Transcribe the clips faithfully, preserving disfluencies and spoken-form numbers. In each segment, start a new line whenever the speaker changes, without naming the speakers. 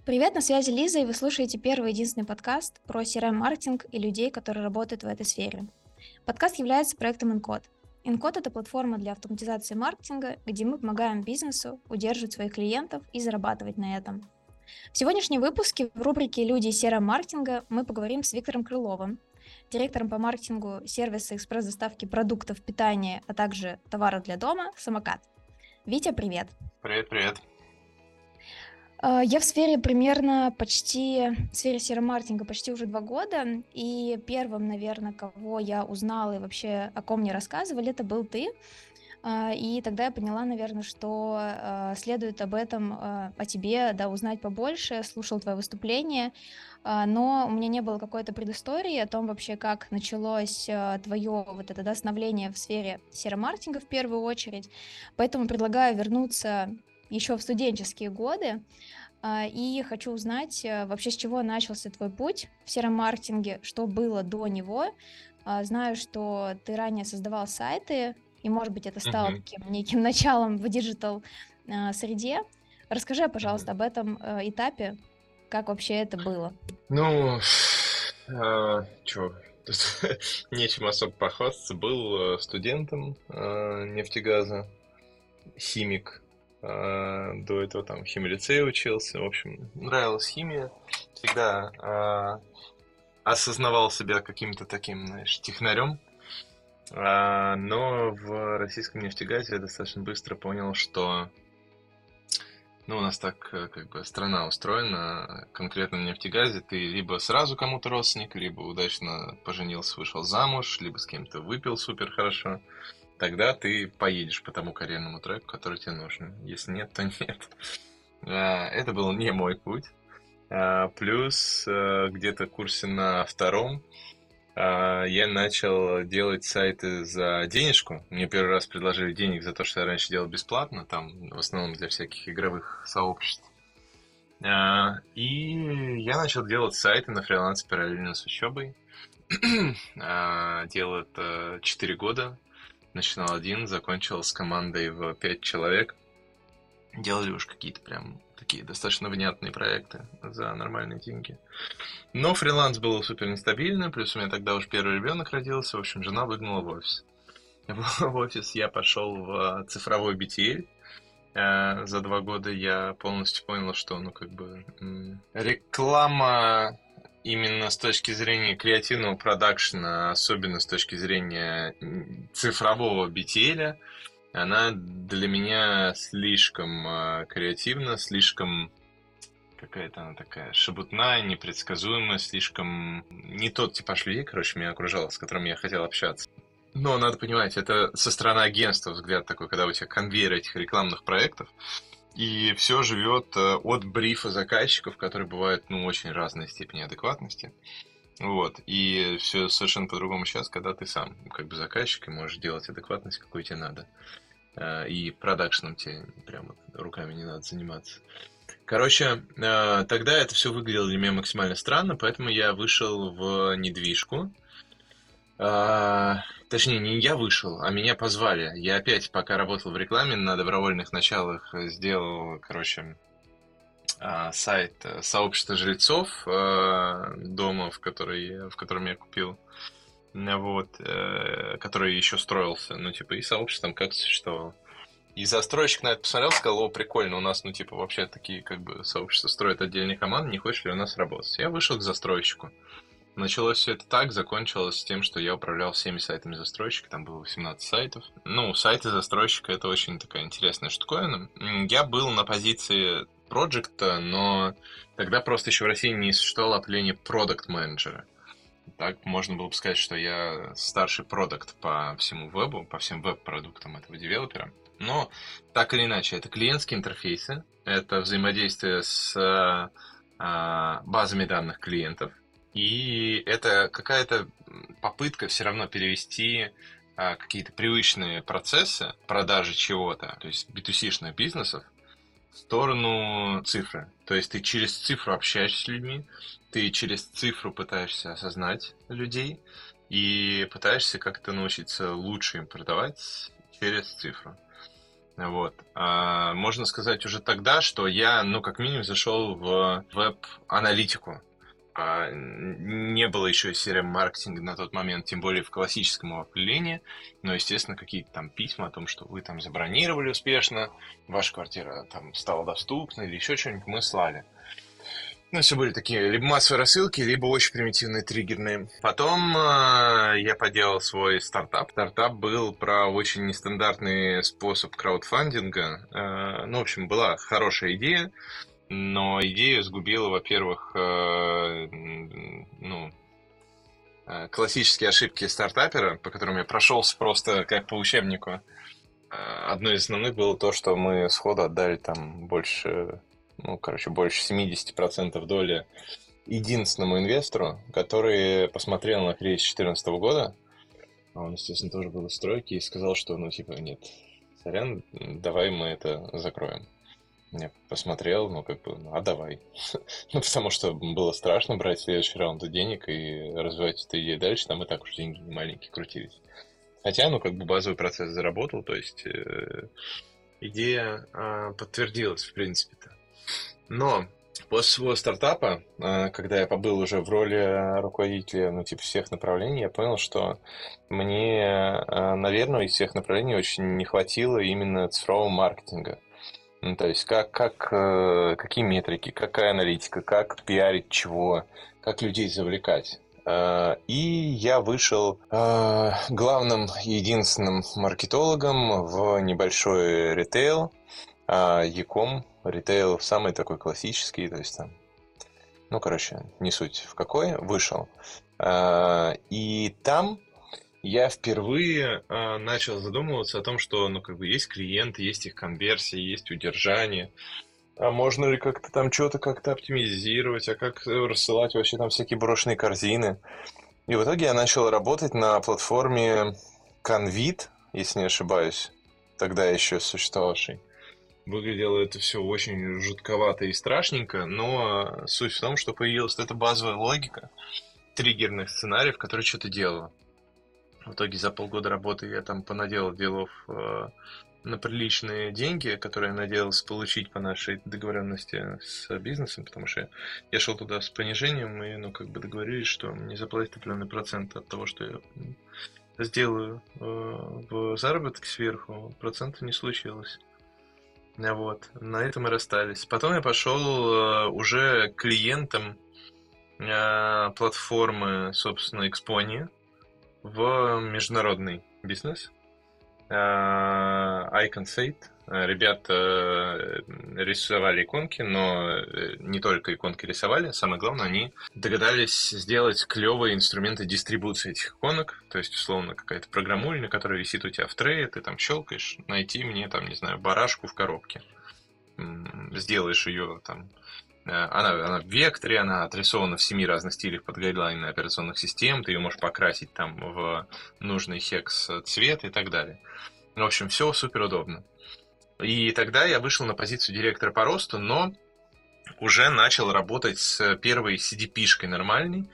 Привет, на связи Лиза, и вы слушаете первый и единственный подкаст про си ар эм-маркетинг и людей, которые работают в этой сфере. Подкаст является проектом InCode. InCode — это платформа для автоматизации маркетинга, где мы помогаем бизнесу удерживать своих клиентов и зарабатывать на этом. В сегодняшнем выпуске в рубрике «Люди си ар эм-маркетинга» мы поговорим с Виктором Крыловым, директором по маркетингу сервиса экспресс-доставки продуктов питания, а также товаров для дома «Самокат». Витя, привет!
Привет-привет!
А, Я в сфере примерно почти, в сфере си ар эм-маркетинга почти уже два года, и первым, наверное, кого я узнала и вообще о ком мне рассказывали, это был ты. А, И тогда я поняла, наверное, что а, следует об этом, а, о тебе, да, узнать побольше, слушал твое выступление, а, но у меня не было какой-то предыстории о том вообще, как началось а, твое вот это, да, становление в сфере си ар эм-маркетинга в первую очередь. Поэтому предлагаю вернуться еще в студенческие годы. А, И хочу узнать э, вообще, с чего начался твой путь в си ар эм-маркетинге, что было до него. А, Знаю, что ты ранее создавал сайты, и, может быть, это стало
Мгм,
таким неким началом в диджитал а, среде. Расскажи,
мгм.
пожалуйста, об этом э, этапе, как вообще это было.
Ну, а, чё, тут нечем особо похвастаться. Был э, студентом э, нефтегаза, химик. А, До этого там в химлицее учился. В общем, нравилась химия. Всегда а, осознавал себя каким-то таким, знаешь, технарем. А, Но в российском нефтегазе я достаточно быстро понял, что ну, у нас так, э, как бы, страна устроена, конкретно в нефтегазе, ты либо сразу кому-то родственник, либо удачно поженился, вышел замуж, либо с кем-то выпил супер хорошо. Тогда ты поедешь по тому карьерному треку, который тебе нужен. Если нет, то нет. А, Это был не мой путь. А, Плюс э, где-то в курсе на втором а, я начал делать сайты за денежку. Мне первый раз предложили денег за то, что я раньше делал бесплатно, там в основном для всяких игровых сообществ. А, И я начал делать сайты на фрилансе параллельно с учебой. А, Делал это четыре года. Начинал один, закончил с командой в пять человек. Делали уж какие-то прям такие достаточно внятные проекты за нормальные деньги. Но фриланс был супер нестабильно, плюс у меня тогда уж первый ребенок родился. В общем, жена выгнала в офис. В офис я пошел в цифровой би ти эл. Э, За два года я полностью понял, что, ну, как бы, м, реклама именно с точки зрения креативного продакшена, особенно с точки зрения м, цифрового би ти эл, она для меня слишком э, креативна, слишком какая-то она такая шебутная, непредсказуемая, слишком не тот типаж людей, короче, меня окружал, с которым я хотел общаться. Но надо понимать, это со стороны агентства взгляд такой, когда у тебя конвейер этих рекламных проектов, и все живет э, от брифа заказчиков, которые бывают, ну, очень разной степени адекватности. Вот. И все совершенно по-другому сейчас, когда ты сам как бы заказчик и можешь делать адекватность, какой тебе надо. Э, И продакшеном тебе прям вот руками не надо заниматься. Короче, э, тогда это все выглядело для меня максимально странно, поэтому я вышел в недвижку. А, Точнее, не я вышел, а меня позвали. Я опять, пока работал в рекламе, на добровольных началах сделал, короче, а, сайт э, сообщества жильцов э, дома, в, который, в котором я купил. Э, Вот, э, который еще строился. Ну, типа, и сообщество там как существовало. И застройщик на это посмотрел, сказал: о, прикольно, у нас, ну, типа, вообще такие, как бы, сообщества строят отдельные команды, не хочешь ли у нас работать? Я вышел к застройщику. Началось все это так, закончилось тем, что я управлял всеми сайтами застройщика, там было восемнадцать сайтов. Ну, сайты застройщика — это очень такая интересная штуковина. М, Я был на позиции проекта, но тогда просто еще в России не существовало определения продукт-менеджера. Так можно было бы сказать, что я старший продукт по всему вебу, по всем веб-продуктам этого девелопера. Но так или иначе, это клиентские интерфейсы, это взаимодействие с а, базами данных клиентов, и это какая-то попытка все равно перевести а, какие-то привычные процессы продажи чего-то, то есть би ту си-шных бизнесов, в сторону цифры. То есть ты через цифру общаешься с людьми, ты через цифру пытаешься осознать людей и пытаешься как-то научиться лучше им продавать через цифру. Вот. А, можно сказать уже тогда, что я, ну, как минимум, зашел в веб-аналитику. А, не было еще си ар эм-маркетинга на тот момент, тем более в классическом его определении. Но, естественно, какие-то там письма о том, что вы там забронировали успешно, ваша квартира там стала доступна или еще что-нибудь, мы слали. Ну, все были такие либо массовые рассылки, либо очень примитивные, триггерные. Потом э, я поделал свой стартап. Стартап был про очень нестандартный способ краудфандинга. Э, ну, в общем, была хорошая идея, но идею сгубила, во-первых, э, ну, э, классические ошибки стартапера, по которым я прошелся просто как по учебнику. Э, одно из основных было то, что мы сходу отдали там больше... ну, короче, больше семьдесят процентов доли единственному инвестору, который посмотрел на кризис две тысячи четырнадцатого года. Он, естественно, тоже был в стройке и сказал, что, ну, типа, нет, сорян, давай мы это закроем. Я посмотрел, ну, как бы, а давай. Ну, потому что было страшно брать следующий раунд денег и развивать эту идею дальше, там и так уж деньги маленькие крутились. Хотя, ну, как бы базовый процесс заработал, то есть э, идея э, подтвердилась, в принципе-то. Но после своего стартапа, когда я побыл уже в роли руководителя, ну, типа, всех направлений, я понял, что мне, наверное, из всех направлений очень не хватило именно цифрового маркетинга. Ну, то есть, как, как, какие метрики, какая аналитика, как пиарить чего, как людей завлекать. И я вышел главным и единственным маркетологом в небольшой ритейл, e-com, ритейл самый такой классический, то есть там, ну, короче, не суть в какой, вышел. И там я впервые начал задумываться о том, что, ну, как бы есть клиенты, есть их конверсии, есть удержание. А можно ли как-то там что-то как-то оптимизировать, а как рассылать вообще там всякие брошенные корзины. И в итоге я начал работать на платформе Convid, если не ошибаюсь, тогда еще существовавшей. Выглядело это все очень жутковато и страшненько, но суть в том, что появилась эта базовая логика триггерных сценариев, которые что-то делала. В итоге за полгода работы я там понаделал делов э, на приличные деньги, которые я надеялся получить по нашей договоренности с бизнесом, потому что я шел туда с понижением, и ну как бы договорились, что мне заплатят определенный процент от того, что я сделаю э, в заработок сверху. Процента не случилось. Вот, на этом и расстались. Потом я пошел э, уже клиентом э, платформы, собственно, Exponia в международный бизнес. Э, Iconsate. Ребята рисовали иконки, но не только иконки рисовали. Самое главное, они догадались сделать клевые инструменты дистрибуции этих иконок. То есть, условно, какая-то программульня, которая висит у тебя в трее, ты там щелкаешь, найти мне, там, не знаю, барашку в коробке. Сделаешь ее там. Она, она в векторе, она отрисована в семи разных стилях под гайдлайны операционных систем. Ты ее можешь покрасить там в нужный хекс цвет и так далее. В общем, все супер удобно. И тогда я вышел на позицию директора по росту, но уже начал работать с первой си ди пи-шкой нормальной,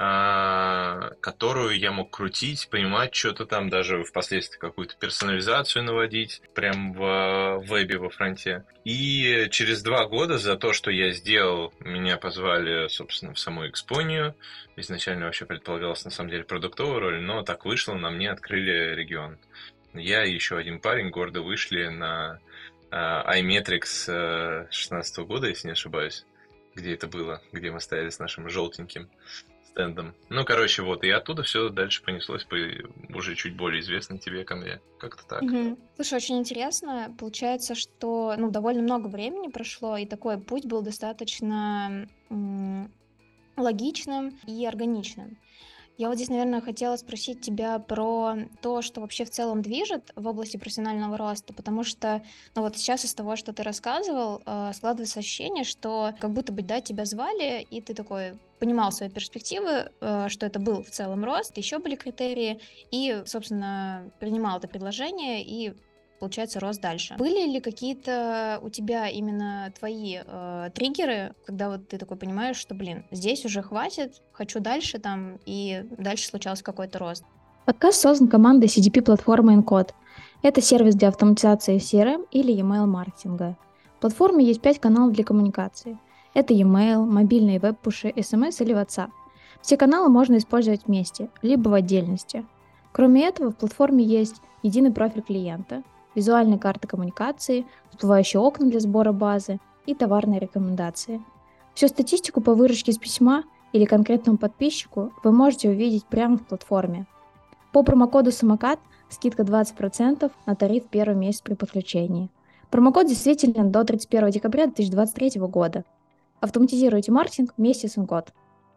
которую я мог крутить, понимать что-то там, даже впоследствии какую-то персонализацию наводить, прям в вебе, во фронте. И через два года за то, что я сделал, меня позвали, собственно, в саму Экспонию. Изначально вообще предполагалась, на самом деле, продуктовая роль, но так вышло, на мне открыли регион. Я и еще один парень гордо вышли на uh, iMetrics шестнадцатого года, если не ошибаюсь, где это было, где мы стояли с нашим желтеньким стендом. Ну, короче, вот, и оттуда все дальше понеслось по уже чуть более известной тебе конве. Как-то так.
Угу. Слушай, очень интересно. Получается, что ну, довольно много времени прошло, и такой путь был достаточно м- логичным и органичным. Я вот здесь, наверное, хотела спросить тебя про то, что вообще в целом движет в области профессионального роста, потому что, ну вот сейчас из того, что ты рассказывал, э, складывается ощущение, что как будто бы, да, тебя звали, и ты такой понимал свои перспективы, э, что это был в целом рост, еще были критерии, и, собственно, принимал это предложение, и получается, рост дальше. Были ли какие-то у тебя именно твои э, триггеры, когда вот ты такой понимаешь, что, блин, здесь уже хватит, хочу дальше там, и дальше случался какой-то рост? Подкаст создан командой си ди пи-платформы Encode. Это сервис для автоматизации си эр эм или e-mail-маркетинга. В платформе есть пять каналов для коммуникации. Это e-mail, мобильные веб-пуши, эс эм эс или WhatsApp. Все каналы можно использовать вместе, либо в отдельности. Кроме этого, в платформе есть единый профиль клиента, визуальные карты коммуникации, всплывающие окна для сбора базы и товарные рекомендации. Всю статистику по выручке с письма или конкретному подписчику вы можете увидеть прямо в платформе. По промокоду «Самокат» скидка двадцать процентов на тариф первый месяц при подключении. Промокод действителен до тридцать первого декабря две тысячи двадцать третьего года. Автоматизируйте маркетинг вместе с Инкод.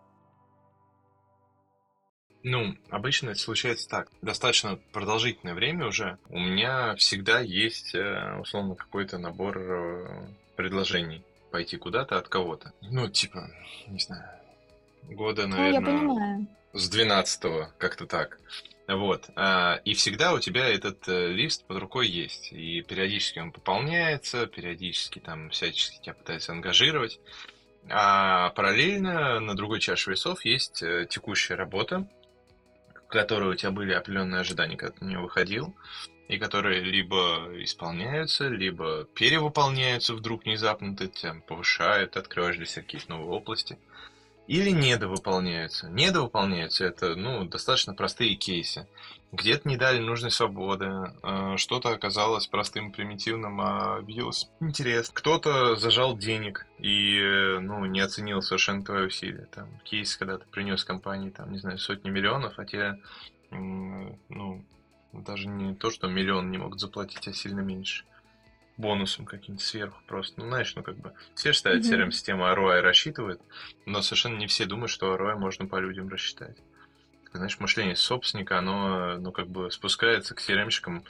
Ну, обычно это случается так. Достаточно продолжительное время уже у меня всегда есть, э, условно, какой-то набор э, предложений пойти куда-то от кого-то. Ну, типа, не знаю, года,
Ну, я
наверное,
понимаю.
с двенадцатого, как-то так. Вот. А, И всегда у тебя этот э, лист под рукой есть. И периодически он пополняется, периодически там всячески тебя пытаются ангажировать. А параллельно на другой чаше весов есть э, текущая работа, в которой у тебя были определенные ожидания, когда ты на нее выходил, и которые либо исполняются, либо перевыполняются вдруг внезапно, ты тебя повышают, открываешь для себя какие-то новые области. Или недовыполняются. Недовыполняются это, ну, достаточно простые кейсы. Где-то не дали нужной свободы, э, что-то оказалось простым, примитивным, а объявилось интерес. Кто-то зажал денег и, э, ну, не оценил совершенно твои усилия. Там кейс, когда ты принес компании, там, не знаю, сотни миллионов, а те, м, ну, даже не то, что миллион не могут заплатить, а сильно меньше. Бонусом каким-то сверху просто. Ну, знаешь, ну как бы все ставят си эр эм-систему ар о ай рассчитывают, но совершенно не все думают, что ар о ай можно по людям рассчитать. Знаешь, мышление собственника, оно, ну, как бы спускается к си эр эм-щикам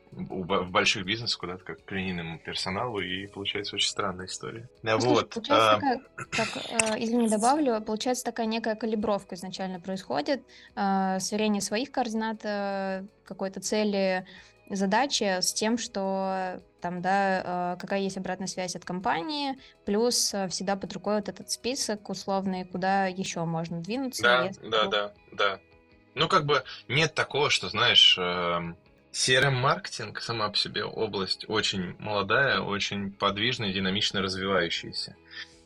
в больших бизнесах куда-то как к линейному персоналу, и получается очень странная история.
Ну, слушай,
Вот.
получается
а,
такая, как, э, извини, добавлю, получается такая некая калибровка изначально происходит, э, сверение своих координат, э, какой-то цели, задачи с тем, что там, да, э, какая есть обратная связь от компании, плюс э, всегда под рукой вот этот список условный, куда еще можно двинуться,
Да,
если
да,
вдруг...
да, да. Ну, как бы нет такого, что, знаешь, эм, си эр эм-маркетинг сама по себе область очень молодая, очень подвижная, динамично развивающаяся.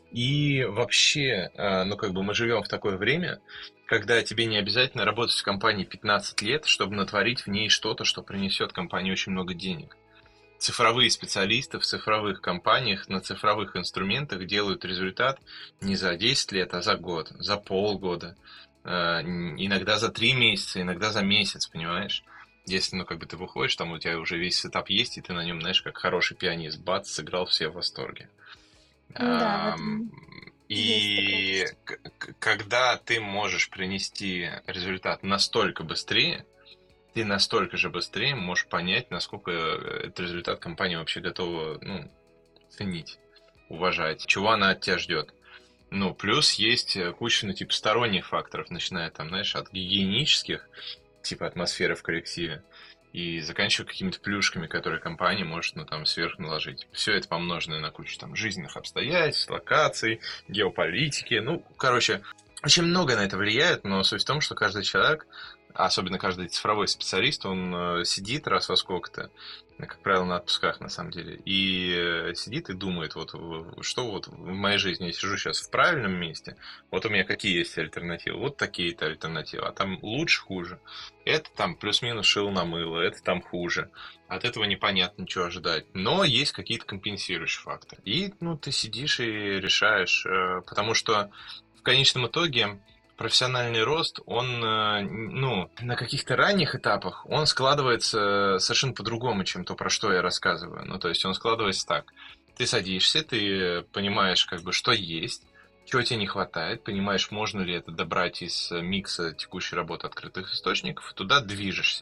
И вообще, э, ну, как бы мы живем в такое время, когда тебе не обязательно работать в компании пятнадцать лет, чтобы натворить в ней что-то, что принесет компании очень много денег. Цифровые специалисты в цифровых компаниях на цифровых инструментах делают результат не за десять лет, а за год, за полгода, э, иногда за три месяца, иногда за месяц, понимаешь? Если, ну, как бы ты выходишь, там у тебя уже весь сетап есть, и ты на нем, знаешь, как хороший пианист, бац, сыграл, все в восторге.
Да, в
Ам,
этом есть такая
И
есть.
к- к- когда ты можешь принести результат настолько быстрее, ты настолько же быстрее можешь понять, насколько э, этот результат компания вообще готова, ну, ценить, уважать, чего она от тебя ждет. Ну, плюс есть э, куча, ну, типа, сторонних факторов, начиная там, знаешь, от гигиенических, типа атмосферы в коллективе, и заканчивая какими-то плюшками, которые компания может, ну, там, сверху наложить. Все это помноженное на кучу, там, жизненных обстоятельств, локаций, геополитики. Ну, короче, очень много на это влияет, но суть в том, что каждый человек, особенно каждый цифровой специалист, он э, сидит раз во сколько-то, э, как правило, на отпусках, на самом деле, и э, сидит и думает, вот, в- что вот в моей жизни я сижу сейчас в правильном месте, вот у меня какие есть альтернативы, вот такие-то альтернативы, а там лучше, хуже. Это там плюс-минус шил на мыло, это там хуже. От этого непонятно, ничего ожидать. Но есть какие-то компенсирующие факторы. И, ну, ты сидишь и решаешь, э, потому что в конечном итоге профессиональный рост, он, э, ну, на каких-то ранних этапах, он складывается совершенно по-другому, чем то, про что я рассказываю. Ну, то есть он складывается так. Ты садишься, ты понимаешь, как бы, что есть, чего тебе не хватает, понимаешь, можно ли это добрать из микса текущей работы открытых источников, и туда движешься.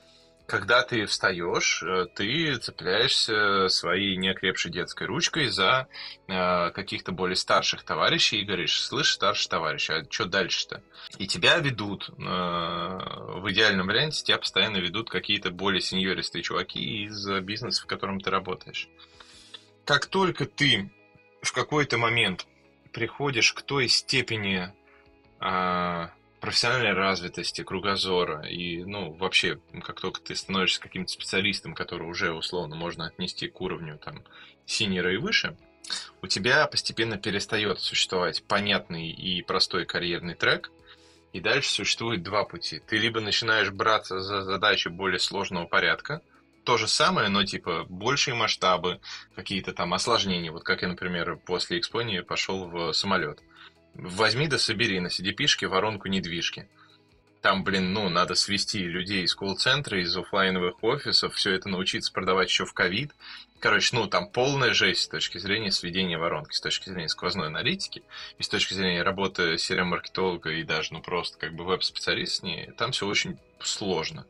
Когда ты встаешь, э, ты цепляешься своей неокрепшей детской ручкой за э, каких-то более старших товарищей и говоришь: слышь, старший товарищ, а что дальше-то? И тебя ведут, э, в идеальном варианте тебя постоянно ведут какие-то более сеньористые чуваки из бизнеса, в котором ты работаешь. Как только ты в какой-то момент приходишь к той степени, а, профессиональной развитости, кругозора. И, ну, вообще, как только ты становишься каким-то специалистом, который уже условно можно отнести к уровню там синьора и выше, у тебя постепенно перестает существовать понятный и простой карьерный трек, и дальше существует два пути. Ты либо начинаешь браться за задачи более сложного порядка, то же самое, но типа большие масштабы, какие-то там осложнения. Вот как я, например, после Экспонии пошел в самолет. Возьми да собери на си ди пи-шке воронку недвижки. Там, блин, ну, надо свести людей из колл-центра, из оффлайновых офисов, все это научиться продавать еще в ковид. Короче, ну, там полная жесть с точки зрения сведения воронки, с точки зрения сквозной аналитики, и с точки зрения работы си эр эм-маркетолога и даже, ну, просто как бы веб-специалист с ней, там все очень сложно.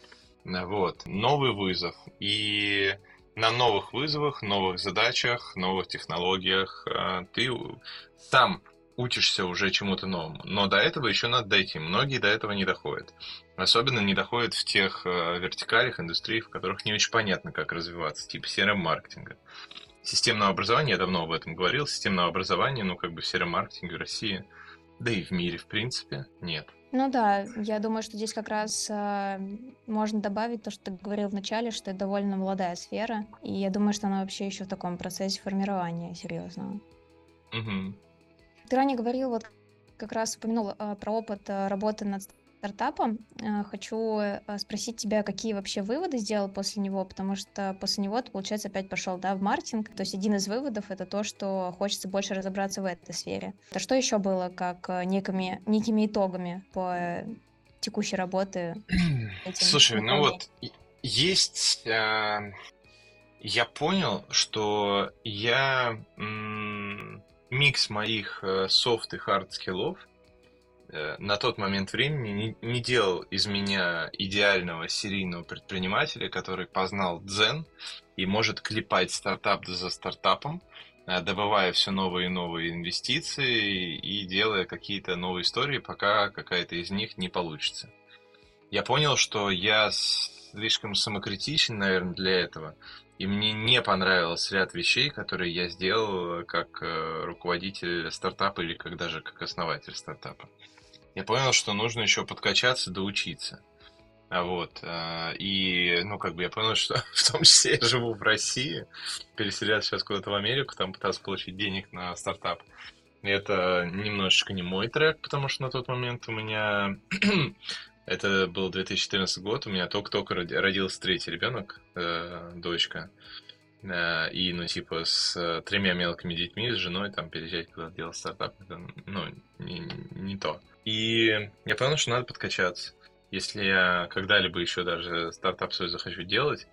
Вот. Новый вызов. И на новых вызовах, новых задачах, новых технологиях ты сам учишься уже чему-то новому. Но до этого еще надо дойти. Многие до этого не доходят. Особенно не доходят в тех вертикалях индустрий, в которых не очень понятно, как развиваться, типа си эр эм-маркетинга. Системного образования, я давно об этом говорил, системного образования, ну, как бы в си эр эм-маркетинге в России, да и в мире, в принципе, нет.
Ну да, я думаю, что здесь как раз э, можно добавить то, что ты говорил в начале, что это довольно молодая сфера, и я думаю, что она вообще еще в таком процессе формирования серьезного.
Угу.
Ты ранее говорил, вот как раз упомянул э, про опыт э, работы над стартапом. Э, хочу э, спросить тебя, какие вообще выводы сделал после него, потому что после него ты, получается, опять пошел, да, в маркетинг. То есть один из выводов — это то, что хочется больше разобраться в этой сфере. А что еще было как э, некими, некими итогами по э, текущей работе этим
Слушай, ну
направлением?
вот и- есть... э, я понял, что я м, микс моих э, софт и хард скиллов э, на тот момент времени не, не делал из меня идеального серийного предпринимателя, который познал дзен и может клепать стартап за стартапом, э, добывая все новые и новые инвестиции и делая какие-то новые истории, пока какая-то из них не получится. Я понял, что я слишком самокритичен, наверное, для этого. И мне не понравился ряд вещей, которые я сделал как э, руководитель стартапа или как даже как основатель стартапа. Я понял, что нужно еще подкачаться, доучиться. А вот, э, и, ну, как бы я понял, что в том числе я живу в России, переселяться сейчас куда-то в Америку, там пытаться получить денег на стартап. И это немножечко не мой трек, потому что на тот момент у меня... Это был две тысячи четырнадцатый год, у меня только-только роди- родился третий ребенок, э, дочка. Э, и, ну, типа, с э, тремя мелкими детьми, с женой, там, переезжать куда-то делать стартап, это, ну, не, не то. И я понял, что надо подкачаться. Если я когда-либо еще даже стартап свой захочу делать,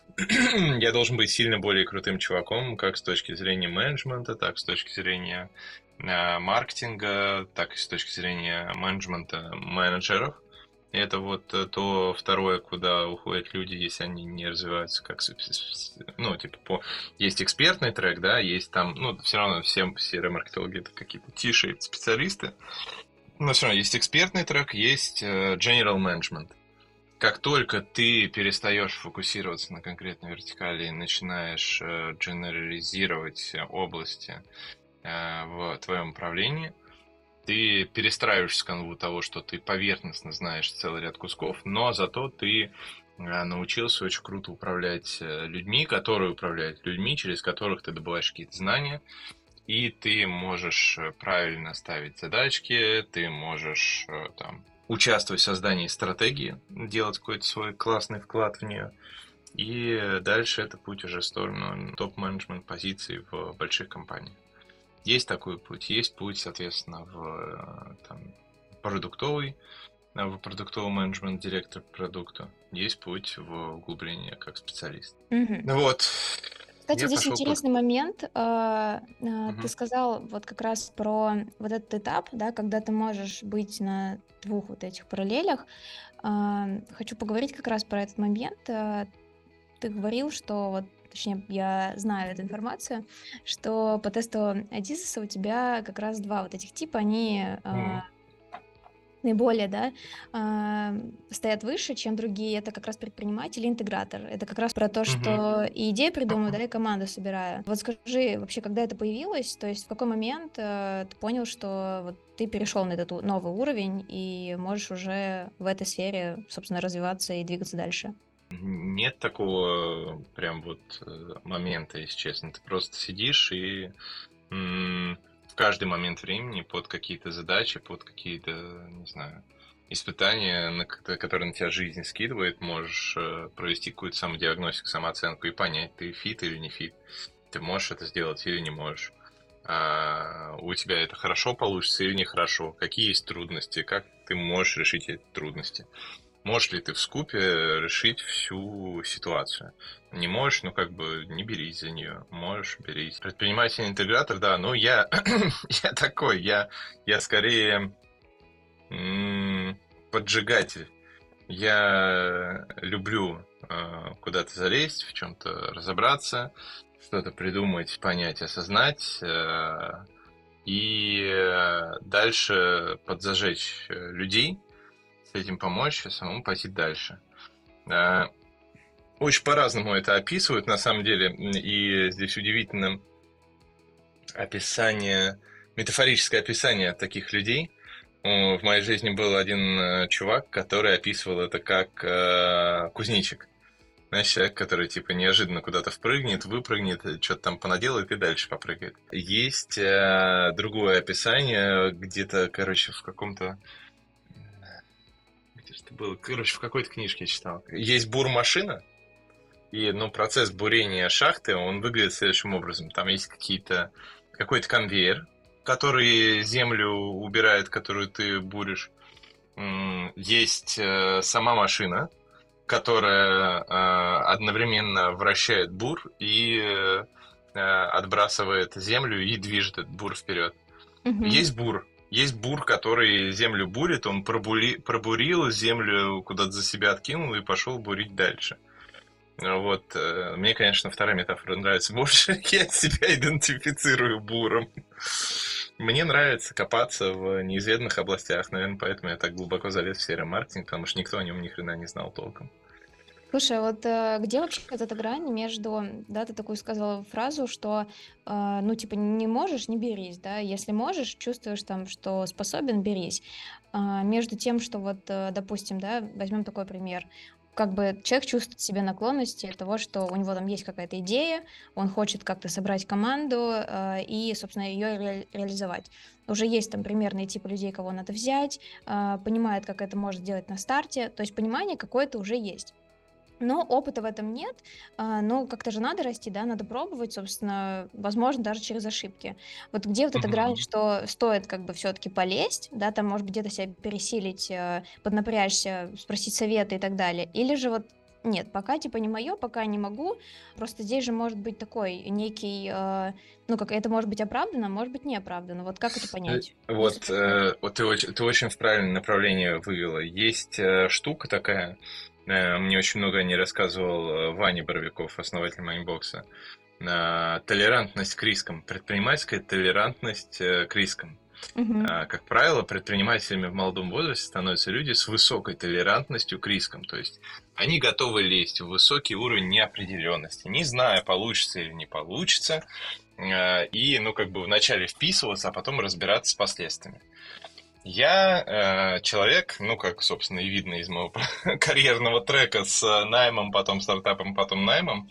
я должен быть сильно более крутым чуваком, как с точки зрения менеджмента, так с точки зрения э, маркетинга, так и с точки зрения менеджмента менеджеров. Это вот э, то второе, куда уходят люди, если они не развиваются как... с- с- Ну, типа, по... есть экспертный трек, да, есть там... Ну, все равно всем си эр эм-маркетологи это какие-то тише специалисты. Но все равно есть экспертный трек, есть э, general management. Как только ты перестаешь фокусироваться на конкретной вертикали и начинаешь э, генерализировать области э, в твоем управлении, ты перестраиваешься в канву того, что ты поверхностно знаешь целый ряд кусков, но зато ты э, научился очень круто управлять э, людьми, которые управляют людьми, через которых ты добываешь какие-то знания, и ты можешь э, правильно ставить задачки, ты можешь э, там участвовать в создании стратегии, делать какой-то свой классный вклад в нее. И дальше это путь уже в сторону топ-менеджмент позиций в больших компаниях. Есть такой путь. Есть путь, соответственно, в там, продуктовый, в продуктовый менеджмент, директор по продукту. Есть путь в углубление как специалист.
Мгм.
Ну вот,
Кстати,
я
здесь
пошел по...
интересный момент. а, а, Ты
Мгм.
сказал вот как раз про вот этот этап, да, когда ты можешь быть на двух вот этих параллелях. А, Хочу поговорить как раз про этот момент. А, Ты говорил, что вот, точнее, я знаю эту информацию, что по тесту Адизеса у тебя как раз два вот этих типа, они а,
Мгм.
наиболее, да, а, стоят выше, чем другие, это как раз предприниматель и интегратор. Это как раз про то,
Мгм.
что и идею придумываю, да, и команду собираю. Вот скажи, вообще, когда это появилось, то есть в какой момент э, ты понял, что вот ты перешел на этот у- новый уровень и можешь уже в этой сфере, собственно, развиваться и двигаться дальше?
Нет такого прям вот э, момента, если честно. Ты просто сидишь и м, в каждый момент времени под какие-то задачи, под какие-то, не знаю, испытания, на ко- которые на тебя жизнь скидывает, можешь э, провести какую-то самодиагностику, самооценку и понять, ты фит или не фит. Ты можешь это сделать или не можешь. А, у тебя это хорошо получится или нехорошо. Какие есть трудности, как ты можешь решить эти трудности. Можешь ли ты вскупе решить всю ситуацию? Не можешь, ну как бы не берись за нее. Можешь, берись. Предприниматель-интегратор, да, ну я, я такой, я, я скорее м, поджигатель. Я люблю э, куда-то залезть, в чем-то разобраться, что-то придумать, понять, осознать, э, и э, дальше подзажечь э, людей, с этим помочь, а самому пойти дальше. Э, Очень по-разному это описывают, на самом деле, и здесь удивительно описание, метафорическое описание таких людей. О, В моей жизни был один э, чувак, который описывал это как э, кузнечик. Знаешь, человек, который типа неожиданно куда-то впрыгнет, выпрыгнет, что-то там понаделает и дальше попрыгает. Есть э, другое описание, где-то, короче, в каком-то... Где же это было? Короче, в какой-то книжке я читал. Есть бурмашина, и, ну, процесс бурения шахты, он выглядит следующим образом. Там есть какие-то, какой-то конвейер, который землю убирает, которую ты буришь. М, Есть э, сама машина, которая э, одновременно вращает бур и э, э, отбрасывает землю и движет этот бур вперед.
Мгм.
Есть бур. Есть бур, который землю бурит, он пробули, пробурил землю, куда-то за себя откинул и пошел бурить дальше. Вот. э, Мне, конечно, вторая метафора нравится больше. Я себя идентифицирую буром. Мне нравится копаться в неизведанных областях. Наверное, поэтому я так глубоко залез в серый маркетинг, потому что никто о нем ни хрена не знал толком.
Слушай, а вот э, где вообще вот эта грань между, да, ты такую сказала фразу, что, э, ну, типа, не можешь, не берись, да, если можешь, чувствуешь там, что способен, берись. А, между тем, что вот, э, допустим, да, возьмем такой пример, как бы человек чувствует в себе наклонности того, что у него там есть какая-то идея, он хочет как-то собрать команду э, и, собственно, ее реализовать. Уже есть там примерные типы людей, кого надо взять, а, понимает, как это может делать на старте, то есть понимание какое-то уже есть. Но опыта в этом нет. А, но как-то же надо расти, да, надо пробовать, собственно, возможно, даже через ошибки. Вот где вот эта грань,
Мгм.
что стоит как бы все-таки полезть, да, там, может быть, где-то себя пересилить, э, поднапрячься, спросить совета и так далее. Или же вот нет, пока типа не мое, пока не могу. Просто здесь же может быть такой некий, э, ну, как это может быть оправдано, может быть неоправданно. Вот как это
Э,
понять? Если
Вот,
честно.
э, вот ты, очень- ты очень в правильное направление вывела. Есть э, штука такая, э, мне очень много о ней рассказывал э, Ваня Боровиков, основатель Майнбокса. Э, Толерантность к рискам, предпринимательская толерантность э, к рискам.
Мгм.
А, Как правило, предпринимателями в молодом возрасте становятся люди с высокой толерантностью к рискам. То есть они готовы лезть в высокий уровень неопределенности, не зная, получится или не получится, э, и, ну, как бы вначале вписываться, а потом разбираться с последствиями. Я э, человек, ну, как, собственно, и видно из моего карьерного трека с э, наймом, потом стартапом, потом наймом,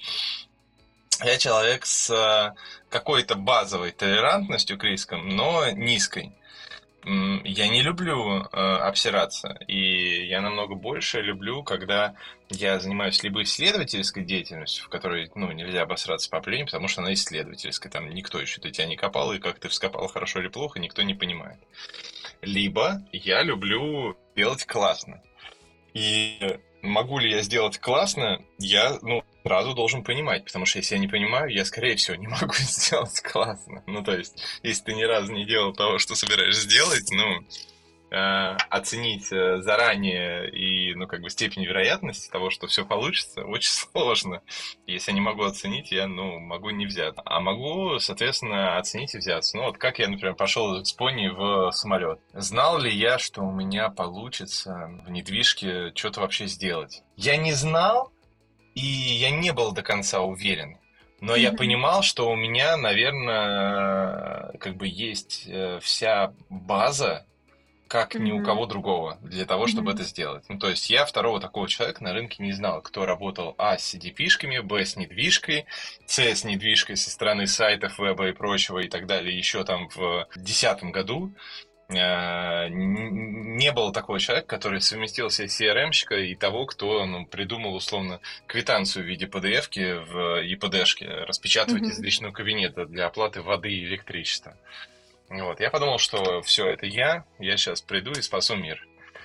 я человек с э, какой-то базовой толерантностью к рискам, но низкой. М, Я не люблю э, обсираться, и я намного больше люблю, когда я занимаюсь либо исследовательской деятельностью, в которой, ну, нельзя обосраться по плечи, потому что она исследовательская, там никто еще до тебя не копал, и как ты вскопал хорошо или плохо, никто не понимает. Либо я люблю делать классно. И могу ли я сделать классно, я, ну, сразу должен понимать, потому что если я не понимаю, я, скорее всего, не могу сделать классно. Ну, то есть, если ты ни разу не делал того, что собираешься сделать, ну, э, оценить э, заранее и, ну, как бы степень вероятности того, что все получится, очень сложно. Если я не могу оценить, я, ну, могу не взяться. А могу, соответственно, оценить и взяться. Ну, вот как я, например, пошел из Эспонии в самолет. Знал ли я, что у меня получится в недвижке что-то вообще сделать? Я не знал, и я не был до конца уверен. Но я
Мгм.
понимал, что у меня, наверное, как бы есть э, вся база, как ни у
Мгм.
кого другого, для того, чтобы
Мгм.
это сделать. Ну, то есть я второго такого человека на рынке не знал, кто работал а. с си ди пи-шками, б. с недвижкой, с. с недвижкой со стороны сайтов, веба и прочего и так далее, еще там в две тысячи десятом году. Э, Не было такого человека, который совместил себе си эр эм-щика и того, кто, ну, придумал условно квитанцию в виде пи ди эф-ки в и пи ди-шке распечатывать из
Мгм.
личного кабинета для оплаты воды и электричества. Вот. Я подумал, что все, это я, я сейчас приду и спасу мир.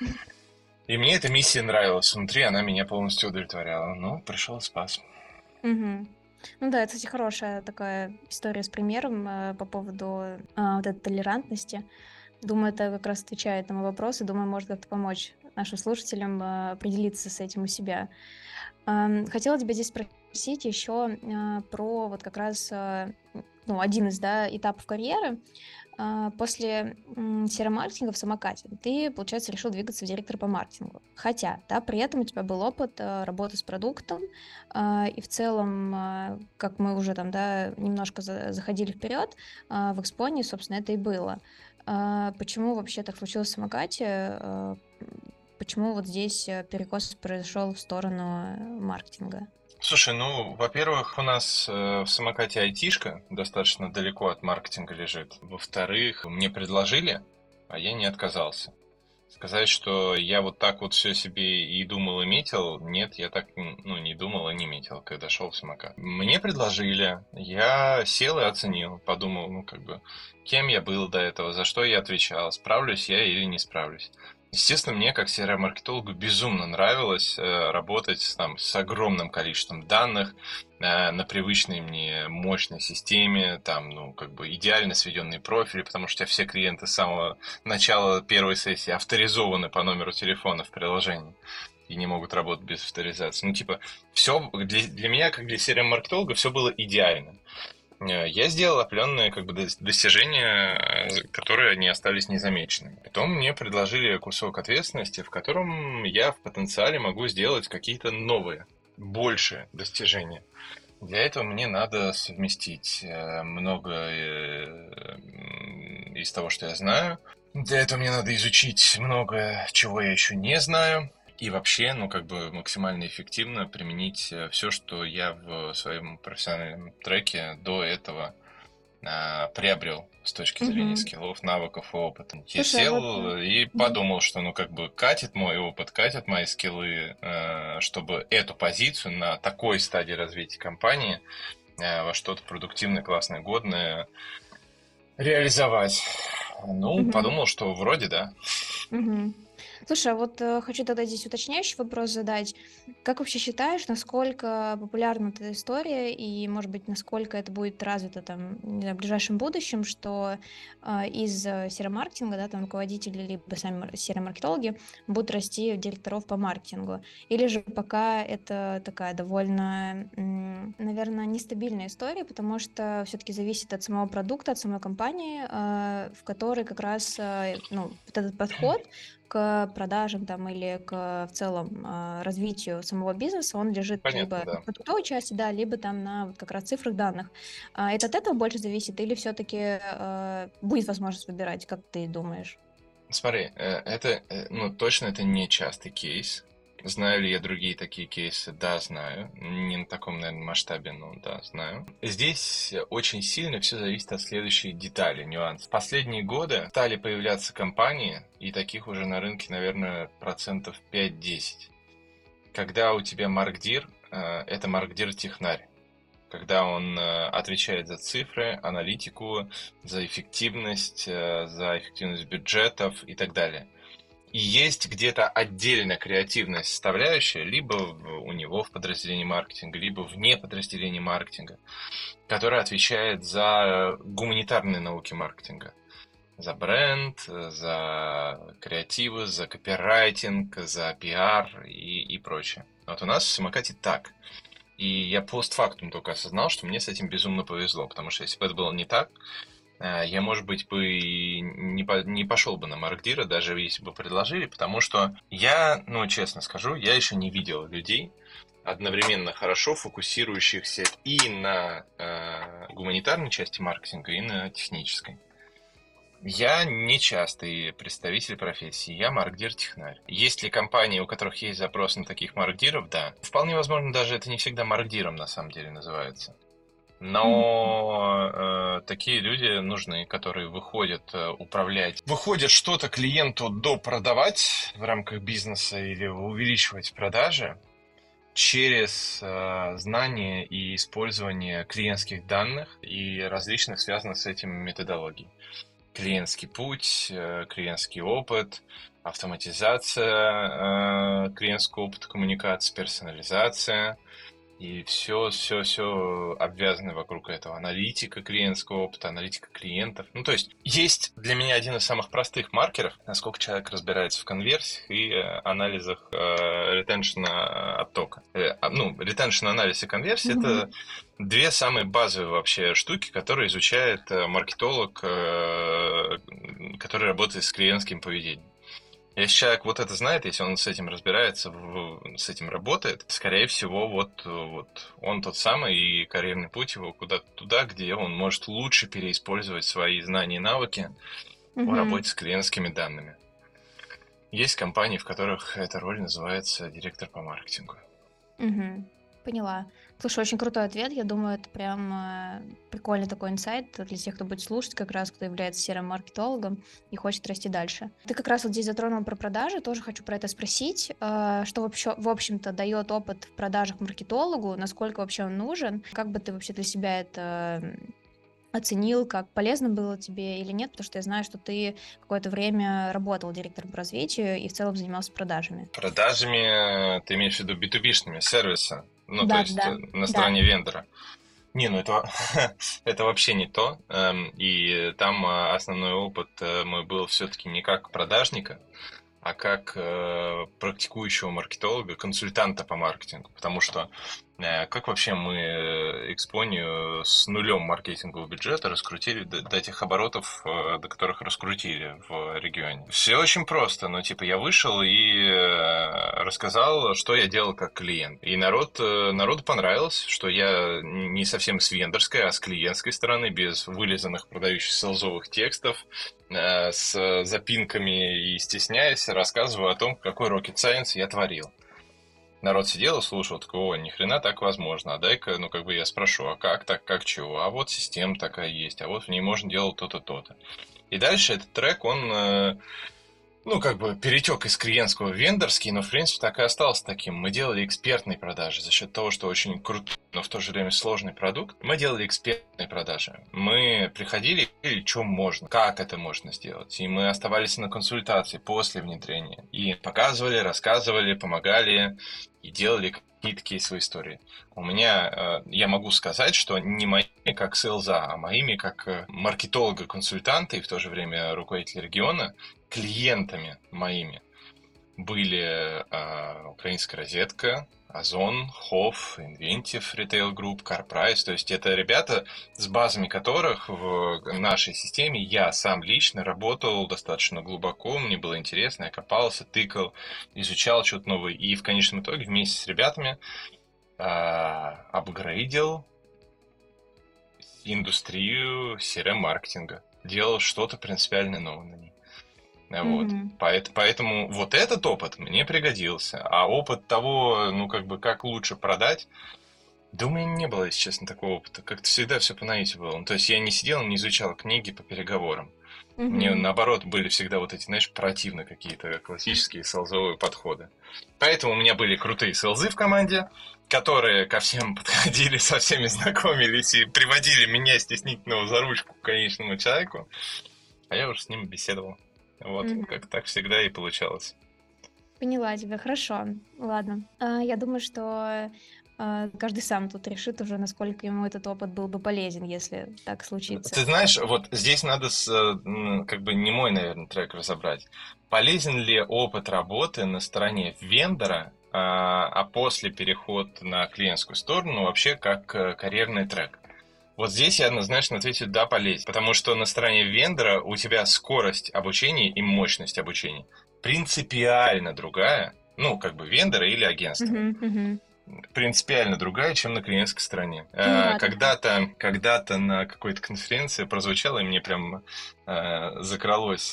И мне эта миссия нравилась. Внутри она меня полностью удовлетворяла. Ну, пришел и спас.
Мгм. Ну да, это, кстати, хорошая такая история с примером э, по поводу а, вот этой толерантности. Думаю, это как раз отвечает на мой вопрос, и думаю, может как-то помочь нашим слушателям э, определиться с этим у себя. Ам, Хотела тебя здесь спросить еще а, про вот как раз а, м, ну, один из, да, этапов карьеры. А, После м, серомаркетинга в самокате ты, получается, решил двигаться в директор по маркетингу. Хотя, да, при этом у тебя был опыт а, работы с продуктом, а, и в целом, а, как мы уже там, да, немножко за- заходили вперед, а, в Экспоне, собственно, это и было. А, Почему вообще так случилось в самокате? А, м, Почему вот здесь э, перекос произошел в сторону э, маркетинга?
Слушай, ну, во-первых, у нас э, в самокате айтишка достаточно далеко от маркетинга лежит. Во-вторых, мне предложили, а я не отказался. Сказать, что я вот так вот все себе и думал, и метил, нет, я так, ну, не думал и не метил, когда шел в самокат. Мне предложили, я сел и оценил, подумал, ну, как бы, кем я был до этого, за что я отвечал, справлюсь я или не справлюсь. Естественно, мне, как си ар эм-маркетологу, безумно нравилось э, работать с, там, с огромным количеством данных э, на привычной мне мощной системе, там, ну, как бы идеально сведенные профили, потому что у тебя все клиенты с самого начала первой сессии авторизованы по номеру телефона в приложении и не могут работать без авторизации. Ну, типа, все для, для меня, как для си ар эм-маркетолога, все было идеально. Э, Я сделал определенные как бы дос- достижения, э, которые не остались незамеченными. Потом мне предложили кусок ответственности, в котором я в потенциале могу сделать какие-то новые, большие достижения. Для этого мне надо совместить э, много э, м, из того, что я знаю. Для этого мне надо изучить много, чего я еще не знаю. И вообще, ну, как бы максимально эффективно применить все, что я в своем профессиональном треке до этого а, приобрел с точки зрения
Мгм.
скиллов, навыков и опыта. Я
Слушай, а вот... э,
сел и
мгм.
подумал, что, ну, как бы катит мой опыт, катят мои скиллы, э, чтобы эту позицию на такой стадии развития компании э, во что-то продуктивное, классное, годное реализовать. Ну,
Мгм.
подумал, что вроде да.
Мгм. Слушай, а вот э, хочу тогда здесь уточняющий вопрос задать. Как вообще считаешь, насколько популярна эта история и, может быть, насколько это будет развито там, не знаю, в ближайшем будущем, что а, из э, серомаркетинга, да, там руководители либо сами мар- серомаркетологи будут расти в директоров по маркетингу? Или же пока это такая довольно, м, наверное, нестабильная история, потому что все-таки зависит от самого продукта, от самой компании, а, в которой как раз, а, ну, вот этот подход к продажам там или к в целом а, развитию самого бизнеса, он лежит
Понятно,
либо на
да.
продуктовой части, да, либо там на вот как раз цифрах данных. А, это от этого больше зависит или все-таки будет возможность выбирать, как ты думаешь?
Смотри, э, это, э, ну, точно это не частый кейс. Знаю ли я другие такие кейсы? Да, знаю. Не на таком, наверное, масштабе, но да, знаю. Здесь очень сильно все зависит от следующей детали, нюанс. В последние годы стали появляться компании, и таких уже на рынке, наверное, процентов пять-десять. Когда у тебя маркдир, э, это маркдир-технарь. Когда он э, отвечает за цифры, аналитику, за эффективность, э, за эффективность бюджетов и так далее. И есть где-то отдельно креативная составляющая, либо в- у него в подразделении маркетинга, либо вне подразделения маркетинга, которая отвечает за гуманитарные науки маркетинга. За бренд, за креативы, за копирайтинг, за пиар и, и прочее. Вот у нас в самокате так. И я постфактум только осознал, что мне с этим безумно повезло, потому что если бы это было не так, я, может быть, бы и не, по, не пошел бы на Маркдира, даже если бы предложили, потому что я, ну, честно скажу, я еще не видел людей, одновременно хорошо фокусирующихся и на э, гуманитарной части маркетинга, и на технической. Я не частый представитель профессии, я маркдир-технарь. Есть ли компании, у которых есть запрос на таких маркдиров? Да. Вполне возможно, даже это не всегда маркдиром на самом деле называется. Но э, такие люди нужны, которые выходят э, управлять. Выходят что-то клиенту допродавать в рамках бизнеса или увеличивать продажи через э, знание и использование клиентских данных и различных связанных с этим методологий. Клиентский путь, клиентский опыт, автоматизация клиентского опыта коммуникации, персонализация и все, все, все обвязано вокруг этого. Аналитика клиентского опыта, аналитика клиентов. Ну, то есть, есть для меня один из самых простых маркеров, насколько человек разбирается в конверсиях и анализах ретеншена оттока. Ну, ретеншн анализ и конверсия mm-hmm. это две самые базовые вообще штуки, которые изучает маркетолог, который работает с клиентским поведением. Если человек вот это знает, если он с этим разбирается, с этим работает, скорее всего, вот, вот он тот самый, и карьерный путь его куда-то туда, где он может лучше переиспользовать свои знания и навыки mm-hmm. в работе с клиентскими данными. Есть компании, в которых эта роль называется директор по маркетингу.
Mm-hmm. Поняла. Слушай, очень крутой ответ. Я думаю, это прям э, прикольный такой инсайт для тех, кто будет слушать, как раз кто является серым маркетологом и хочет расти дальше. Ты как раз вот здесь затронул про продажи, тоже хочу про это спросить. Э, что вообще, в общем-то, дает опыт в продажах маркетологу, насколько вообще он нужен? Как бы ты вообще для себя это оценил, как полезно было тебе или нет? Потому что я знаю, что ты какое-то время работал директором по развитию и в целом занимался продажами.
Продажами ты имеешь в виду би ту би-шными сервисы? Ну,
да,
то есть
да,
на стороне
да.
вендора. Не, ну это, это вообще не то. И там основной опыт мой был все-таки не как продажника, а как практикующего маркетолога, консультанта по маркетингу. Потому что как вообще мы Экспонию с нулем маркетингового бюджета раскрутили до, до тех оборотов, до которых раскрутили в регионе? Все очень просто. Ну, типа, я вышел и рассказал, что я делал как клиент. И народ, народу понравилось, что я не совсем с вендорской, а с клиентской стороны, без вылизанных продающих селзовых текстов, с запинками и стесняясь, рассказываю о том, какой rocket science я творил. Народ сидел и слушал, такой, о, ни хрена так возможно, а дай-ка, ну, как бы я спрошу, а как так, как чего, а вот система такая есть, а вот в ней можно делать то-то, то-то. И дальше этот трек, он, ну, как бы перетек из клиентского в вендорский, но, в принципе, так и остался таким. Мы делали экспертные продажи за счет того, что очень крутой, но в то же время сложный продукт. Мы делали экспертные продажи. Мы приходили и говорили, что можно, как это можно сделать. И мы оставались на консультации после внедрения. И показывали, рассказывали, помогали и делали какие-то кейсовые истории. У меня, я могу сказать, что не моими как селза, а моими как маркетолога-консультанта и в то же время руководителя региона, клиентами моими были э, Украинская розетка, Озон, Хофф, Инвентив, Retail Group, CarPrice. То есть это ребята, с базами которых в нашей системе я сам лично работал достаточно глубоко. Мне было интересно, я копался, тыкал, изучал что-то новое. И в конечном итоге вместе с ребятами э, апгрейдил индустрию си ар эм-маркетинга. Делал что-то принципиально новое на ней. Вот. Mm-hmm. Поэтому вот этот опыт мне пригодился. А опыт того, ну, как бы, как лучше продать, да у меня не было, если честно, такого опыта. Как-то всегда все по наитию было. Ну, то есть я не сидел, не изучал книги по переговорам. Mm-hmm. Мне, наоборот, были всегда вот эти, знаешь, противны какие-то классические селзовые подходы. Поэтому у меня были крутые селзы в команде, которые ко всем подходили, со всеми знакомились и приводили меня стеснительного за ручку к конечному человеку. А я уже с ним беседовал. Вот, mm-hmm. как так всегда и получалось.
Поняла тебя, хорошо. Ладно. Я думаю, что а, каждый сам тут решит уже, насколько ему этот опыт был бы полезен, если так случится.
Ты знаешь, вот здесь надо с, э, м, как бы не мой, наверное, трек разобрать. Полезен ли опыт работы на стороне вендора, а, а после переход на клиентскую сторону вообще как э, карьерный трек? Вот здесь я однозначно ответил да, полезен. Потому что на стороне вендора у тебя скорость обучения и мощность обучения принципиально другая. Ну, как бы вендора или агентства.
Мгм, мгм.
Принципиально другая, чем на клиентской стороне.
Ну
Э,
да, да, да.
Когда-то, когда-то на какой-то конференции прозвучало, и мне прям э, закралось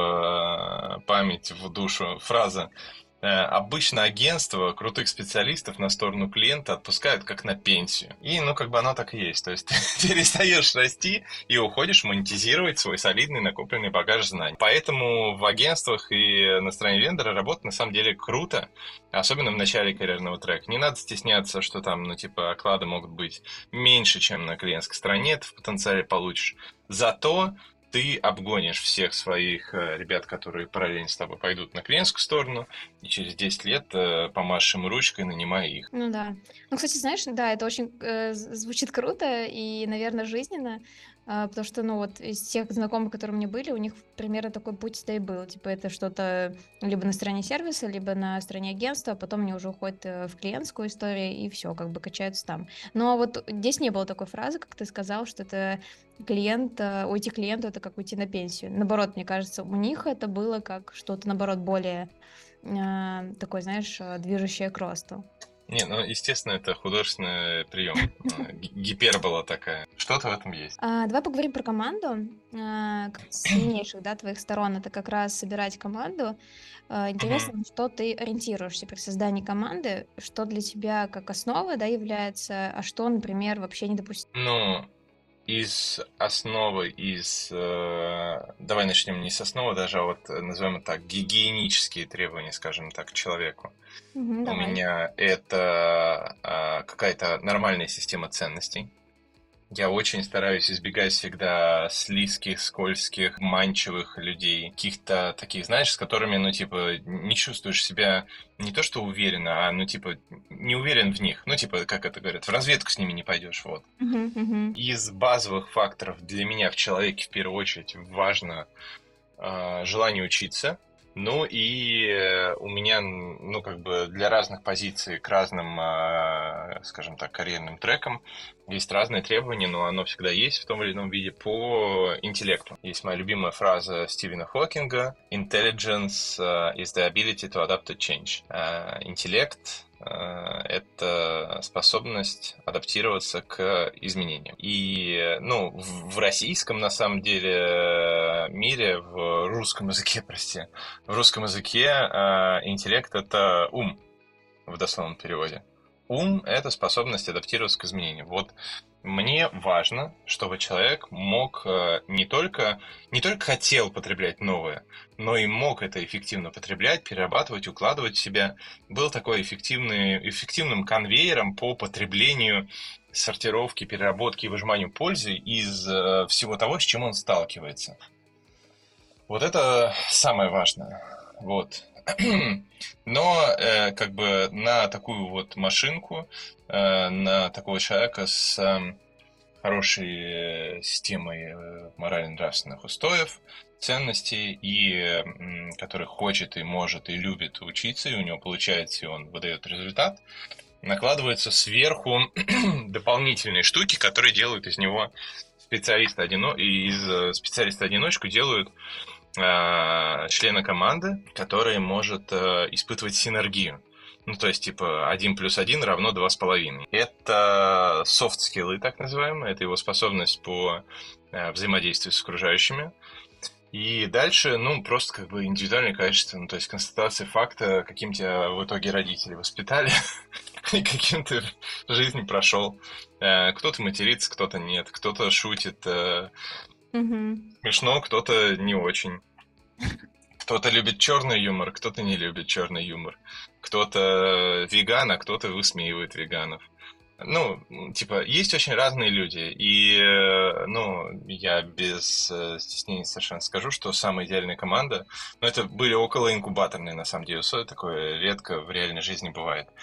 в э, память, в душу фраза: э, обычно агентство крутых специалистов на сторону клиента отпускают как на пенсию. И, ну, как бы оно так и есть. То есть ты перестаешь расти и уходишь монетизировать свой солидный накопленный багаж знаний. Поэтому в агентствах и на стороне вендора работать на самом деле круто, особенно в начале карьерного трека. Не надо стесняться, что там, ну, типа, оклады могут быть меньше, чем на клиентской стороне, ты в потенциале получишь. Зато ты обгонишь всех своих э, ребят, которые параллельно с тобой пойдут на клиентскую сторону, и через десять лет э, помашешь им ручкой, нанимая их.
Ну да. Ну, кстати, знаешь, да, это очень э, з- звучит круто и, наверное, жизненно, а, потому что, ну, вот из тех знакомых, которые у меня были, у них примерно такой путь да и был. Типа это что-то либо на стороне сервиса, либо на стороне агентства, а потом они уже уходят э, в клиентскую историю и все, как бы качаются там. Но вот здесь не было такой фразы, как ты сказал, что это клиент, э, уйти клиенту это как уйти на пенсию. Наоборот, мне кажется, у них это было как что-то, наоборот, более э, такое, знаешь, э, движущее к росту.
Не, ну, естественно, это художественный прием. э, ги- Гипербола такая. Что-то в этом есть.
А, давай поговорим про команду. А, к- с сильнейших, да, твоих сторон это как раз собирать команду. А,
Мгм.
интересно, на что ты ориентируешься при создании команды, что для тебя как основа, да, является, а что, например, вообще недопустимо.
Ну, из основы, из... э, давай начнем не с основы даже, а вот э, назовем это так, гигиенические требования, скажем так, к человеку.
Мгм,
У
давай.
меня это а, какая-то нормальная система ценностей. Я очень стараюсь избегать всегда слизких, скользких, манчевых людей. Каких-то таких, знаешь, с которыми, ну, типа, не чувствуешь себя не то что уверенно, а, ну, типа, не уверен в них. Ну, типа, как это говорят, в разведку с ними не пойдешь, вот.
Мгм, мгм.
Из базовых факторов для меня в человеке в первую очередь важно а, желание учиться. Ну и э, у меня, ну, как бы для разных позиций к разным, а, скажем так, карьерным трекам есть разные требования, но оно всегда есть в том или ином виде по интеллекту. Есть моя любимая фраза Стивена Хокинга: Intelligence uh, is the ability to adapt to change. А, Интеллект а, это способность адаптироваться к изменениям. И, ну, в в российском, на самом деле, мире, в русском языке, прости, в русском языке а, интеллект — это ум в дословном переводе. Ум — это способность адаптироваться к изменениям. Вот мне важно, чтобы человек мог э, не только, не только хотел потреблять новое, но и мог это эффективно потреблять, перерабатывать, укладывать в себя. Был такой эффективный, эффективным конвейером по потреблению, сортировке, переработке и выжиманию пользы из э, всего того, с чем он сталкивается. Вот это самое важное. Вот. Но э, как бы на такую вот машинку, э, на такого человека с э, хорошей э, системой э, морально-нравственных устоев, ценностей, и э, м, который хочет и может и любит учиться, и у него получается, и он выдает результат, накладываются сверху дополнительные штуки, которые делают из него специалиста одино... из э, специалиста-одиночку делают э, члена команды, который может э, испытывать синергию. Ну, то есть, типа, один плюс один равно два с половиной. Это софт-скиллы, так называемые. Это его способность по э, взаимодействию с окружающими. И дальше, ну, просто как бы индивидуальное качество, ну, то есть констатация факта, каким тебя в итоге родители воспитали, и каким ты жизнь прошел. Э, Кто-то матерится, кто-то нет, кто-то шутит э,
Мгм.
смешно, кто-то не очень. Кто-то любит черный юмор, кто-то не любит черный юмор. Кто-то веган, а кто-то высмеивает веганов. Ну, типа, есть очень разные люди. И, э, ну, я без э, стеснения совершенно скажу, что самая идеальная команда, ну, это были около инкубаторные, на самом деле, условия. Такое редко в реальной жизни бывает.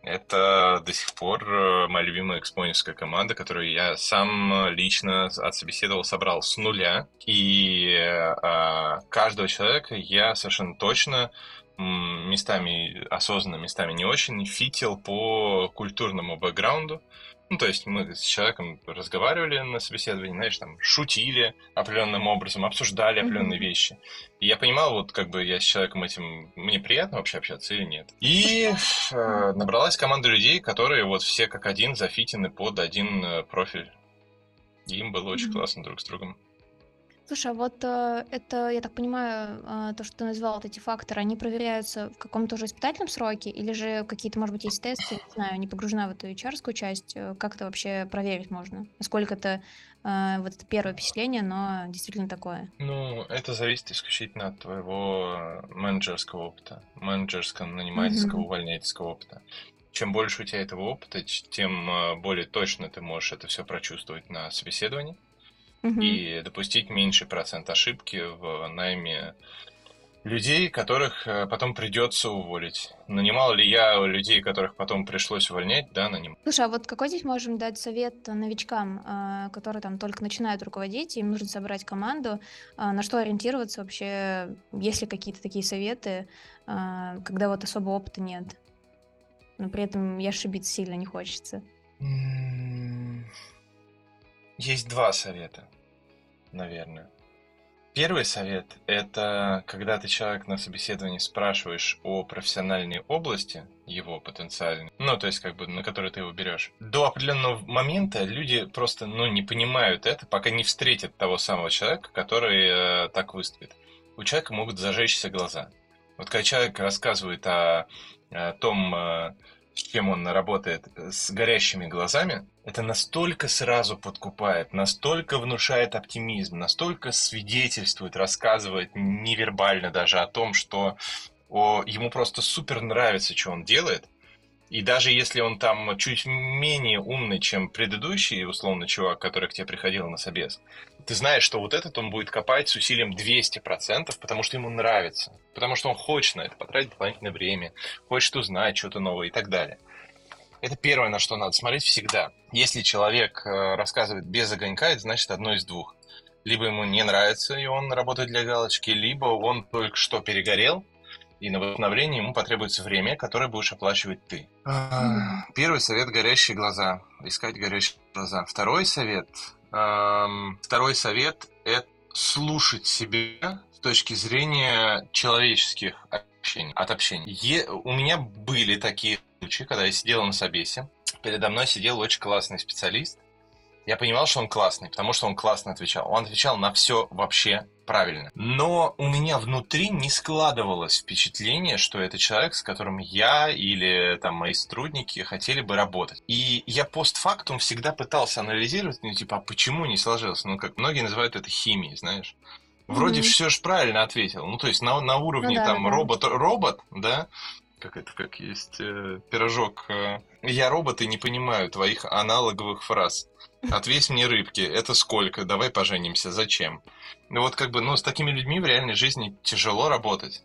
Это до сих пор э, моя любимая экспонентская команда, которую я сам э, лично отсобеседовал, собрал с нуля. И э, каждого человека я совершенно точно м, местами осознанно, местами не очень фитил по культурному бэкграунду. Ну, то есть мы с человеком разговаривали на собеседовании, знаешь, там, шутили определенным образом, обсуждали определенные
Мгм.
вещи. И я понимал, вот как бы я с человеком этим, мне приятно вообще общаться или нет.
Слушай,
И
ну,
э, набралась команда людей, которые вот все как один зафитены под один э, профиль. И им было очень
мгм.
классно друг с другом.
Слушай, а вот э, это, я так понимаю, э, то, что ты назвал, вот эти факторы, они проверяются в каком-то уже испытательном сроке, или же какие-то, может быть, есть тесты, не знаю, не погружена в эту эйч ар-скую часть, э, как это вообще проверить можно? Насколько это э, вот это первое впечатление, но действительно такое?
Ну, это зависит исключительно от твоего э, менеджерского опыта, менеджерского, нанимательского,
Мгм.
увольнительского опыта. Чем больше у тебя этого опыта, ч- тем э, более точно ты можешь это все прочувствовать на собеседовании
Мгм.
и допустить меньший процент ошибки в найме людей, которых э, потом придется уволить. Нанимал ли я людей, которых потом пришлось увольнять? Да, нанимал.
Слушай, а вот какой здесь можем дать совет новичкам, а, которые там только начинают руководить, им нужно собрать команду, а, на что ориентироваться вообще, есть ли какие-то такие советы, а, когда вот особо опыта нет, но при этом и ошибиться сильно не хочется?
М, Есть два совета, наверное. Первый совет– это когда ты человек на собеседовании спрашиваешь о профессиональной области его потенциальной, ну, то есть как бы на которую ты его берешь. До определенного момента люди просто, ну, не понимают это, пока не встретят того самого человека, который э, так выступит. У человека могут зажечься глаза. Вот когда человек рассказывает о, о том, э, с чем он работает, э, с горящими глазами, это настолько сразу подкупает, настолько внушает оптимизм, настолько свидетельствует, рассказывает невербально даже о том, что о, ему просто супер нравится, что он делает. И даже если он там чуть менее умный, чем предыдущий, условно, чувак, который к тебе приходил на собес, ты знаешь, что вот этот он будет копать с усилием двести процентов, потому что ему нравится. Потому что он хочет на это потратить дополнительное время, хочет узнать что-то новое и так далее. Это первое, на что надо смотреть всегда. Если человек э, рассказывает без огонька, это значит одно из двух. Либо ему не нравится, и он работает для галочки, либо он только что перегорел, и на восстановление ему потребуется время, которое будешь оплачивать ты.
Мгм.
А, Первый совет– горящие глаза. Искать горящие глаза. Второй совет. эм, Второй совет– это слушать себя с точки зрения человеческих общений, от общения. Е- у меня были такие случаи, когда я сидел на собесе, передо мной сидел очень классный специалист. Я понимал, что он классный, потому что он классно отвечал. Он отвечал на все вообще правильно. Но у меня внутри не складывалось впечатление, что это человек, с которым я или там мои сотрудники хотели бы работать. И я постфактум всегда пытался анализировать, ну типа, а почему не сложилось? Ну, как многие называют это химией, знаешь. Вроде
Мгм.
все же правильно ответил. Ну, то есть на, на
Ну
уровне
да, да,
там
да.
робот-робот, да, как это, как есть э, пирожок. э, Я робот и не понимаю твоих аналоговых фраз. Ответь мне рыбки, это сколько? Давай поженимся, зачем? Ну вот как бы, ну, с такими людьми в реальной жизни тяжело работать.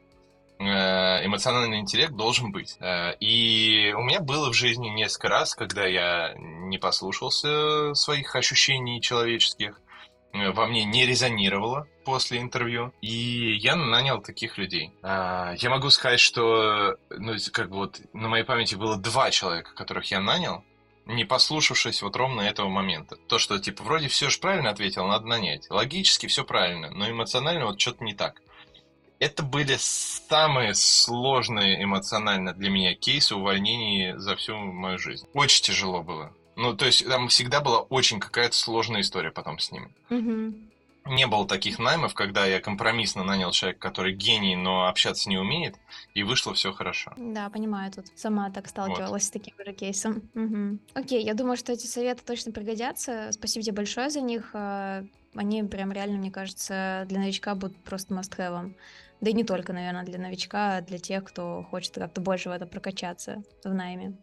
Э, Эмоциональный интеллект должен быть. Э, И у меня было в жизни несколько раз, когда я не послушался своих ощущений человеческих, э, во мне не резонировало после интервью, и я нанял таких людей. А, Я могу сказать, что ну, как бы вот на моей памяти было два человека, которых я нанял, не послушавшись вот ровно этого момента. То, что типа вроде все же правильно ответил, надо нанять. Логически все правильно, но эмоционально вот что-то не так. Это были самые сложные эмоционально для меня кейсы увольнений за всю мою жизнь. Очень тяжело было. Ну, то есть там всегда была очень какая-то сложная история потом с ними.
Мгм.
Не было таких наймов, когда я компромиссно нанял человека, который гений, но общаться не умеет, и вышло все хорошо.
Да, понимаю, тут сама так
Вот.
сталкивалась с таким же кейсом. Мгм. Окей, я думаю, что эти советы точно пригодятся. Спасибо тебе большое за них. а, Они прям реально, мне кажется, для новичка будут просто must-have. Да и не только, наверное, для новичка, а для тех, кто хочет как-то больше в это прокачаться в найме.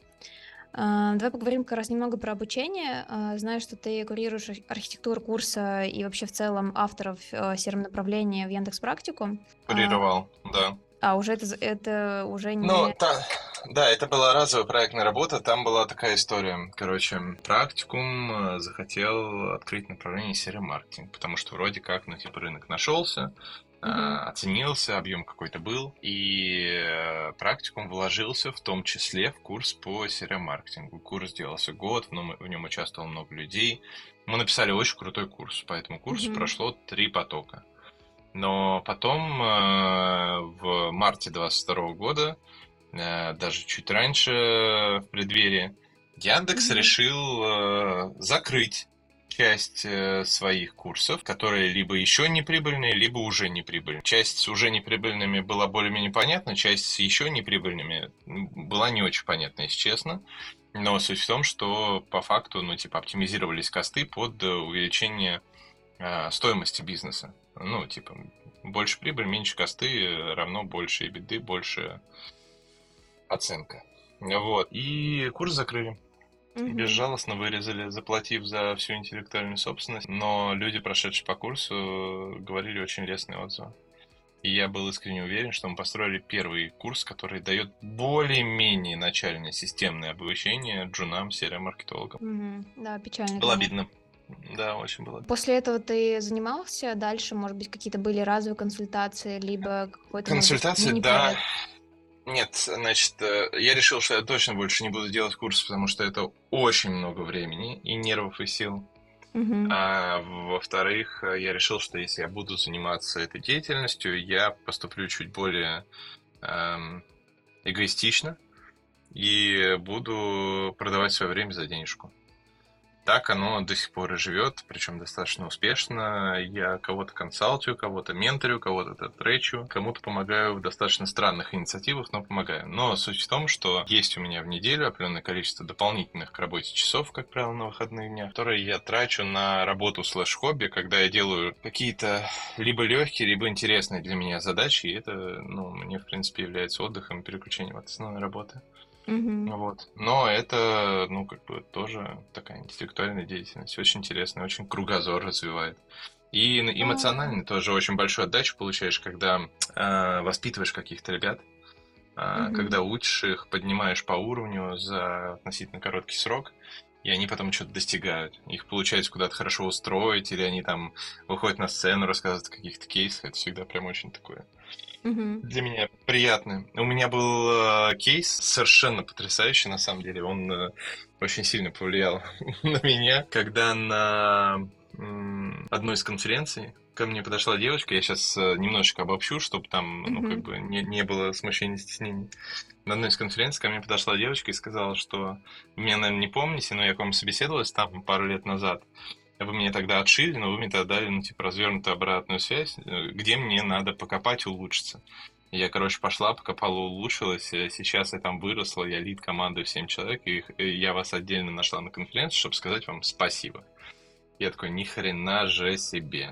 А, Давай поговорим как раз немного про обучение. А, Знаю, что ты курируешь арх- архитектуру курса и вообще в целом авторов э, серым направления в Яндекс Практику. А
Парировал, да.
а, уже это, з- это уже
Ну,
не...
та... Да, это была разовая проектная работа, там была такая история. Короче, практикум э, захотел открыть направление серый-маркетинг, потому что вроде как, ну, типа, рынок нашелся,
Мгм.
а, оценился, объем какой-то был, и э, практикум вложился в том числе в курс по серый-маркетингу. Курс длился год, в нем, в нем участвовало много людей. Мы написали очень крутой курс, по этому курсу
Мгм.
прошло три потока. Но потом, э, в марте двадцать второго года, э, даже чуть раньше, в преддверии, Яндекс
Мгм.
решил э, закрыть часть э, своих курсов, которые либо еще не прибыльные, либо уже не прибыльные. Часть с уже неприбыльными была более-менее понятна, часть с еще неприбыльными была не очень понятна, если честно. Но суть в том, что по факту, ну, типа, оптимизировались косты под э, увеличение э, стоимости бизнеса. Ну, типа, больше прибыль, меньше косты, э, равно больше и беды, больше оценка. Вот. И курс закрыли.
Мгм.
Безжалостно вырезали, заплатив за всю интеллектуальную собственность. Но люди, прошедшие по курсу, говорили очень лестные отзывы. И я был искренне уверен, что мы построили первый курс, который дает более-менее начальное системное обучение джунам, серым-маркетологам.
Мгм. Да, печально,
Было
конечно.
обидно. Да, очень было.
После этого ты занимался дальше, может быть, какие-то были разовые консультации, либо какой-то, может быть,
Консультации, да.
мини-проект?
Нет, значит, э, я решил, что я точно больше не буду делать курс, потому что это очень много времени и нервов, и сил.
Мгм.
А во-вторых, э, я решил, что если я буду заниматься этой деятельностью, я поступлю чуть более эм, эгоистично и буду продавать свое время за денежку. Так оно до сих пор и живет, причем достаточно успешно. Я кого-то консалтю, кого-то менторю, кого-то тречу, кому-то помогаю в достаточно странных инициативах, но помогаю. Но суть в том, что есть у меня в неделю определенное количество дополнительных к работе часов, как правило, на выходных днях, которые я трачу на работу слэш-хобби, когда я делаю какие-то либо легкие, либо интересные для меня задачи, и это, ну, мне, в принципе, является отдыхом, переключением от основной работы.
Мгм.
Вот. Но это, ну, как бы тоже такая интеллектуальная деятельность, очень интересная, очень кругозор развивает. И н-
Да, да.
эмоционально тоже очень большую отдачу получаешь, когда э, воспитываешь каких-то ребят, э,
Мгм.
когда учишь их, поднимаешь по уровню за относительно короткий срок, и они потом что-то достигают. Их получается куда-то хорошо устроить, или они там выходят на сцену, рассказывают о каких-то кейсах. Это всегда прям очень такое
Мгм.
для меня приятно. У меня был э, кейс совершенно потрясающий, на самом деле. Он э, очень сильно повлиял на меня, когда на м, одной из конференций ко мне подошла девочка. Я сейчас э, немножечко обобщу, чтобы там, ну, как
Мгм.
бы не, не было смущения, стеснений. На одной из конференций ко мне подошла девочка и сказала, что вы меня, наверное, не помните, но я к вам собеседовалась там пару лет назад. Вы меня тогда отшили, но вы мне тогда дали, ну, типа, развернутую обратную связь, э, где мне надо покопать и улучшиться. Я, короче, пошла, покопала, улучшилась. э, Сейчас я там выросла, я лид команды в семь человек, и их- и я вас отдельно нашла на конференции, чтобы сказать вам спасибо. Я такой, ни хрена же себе.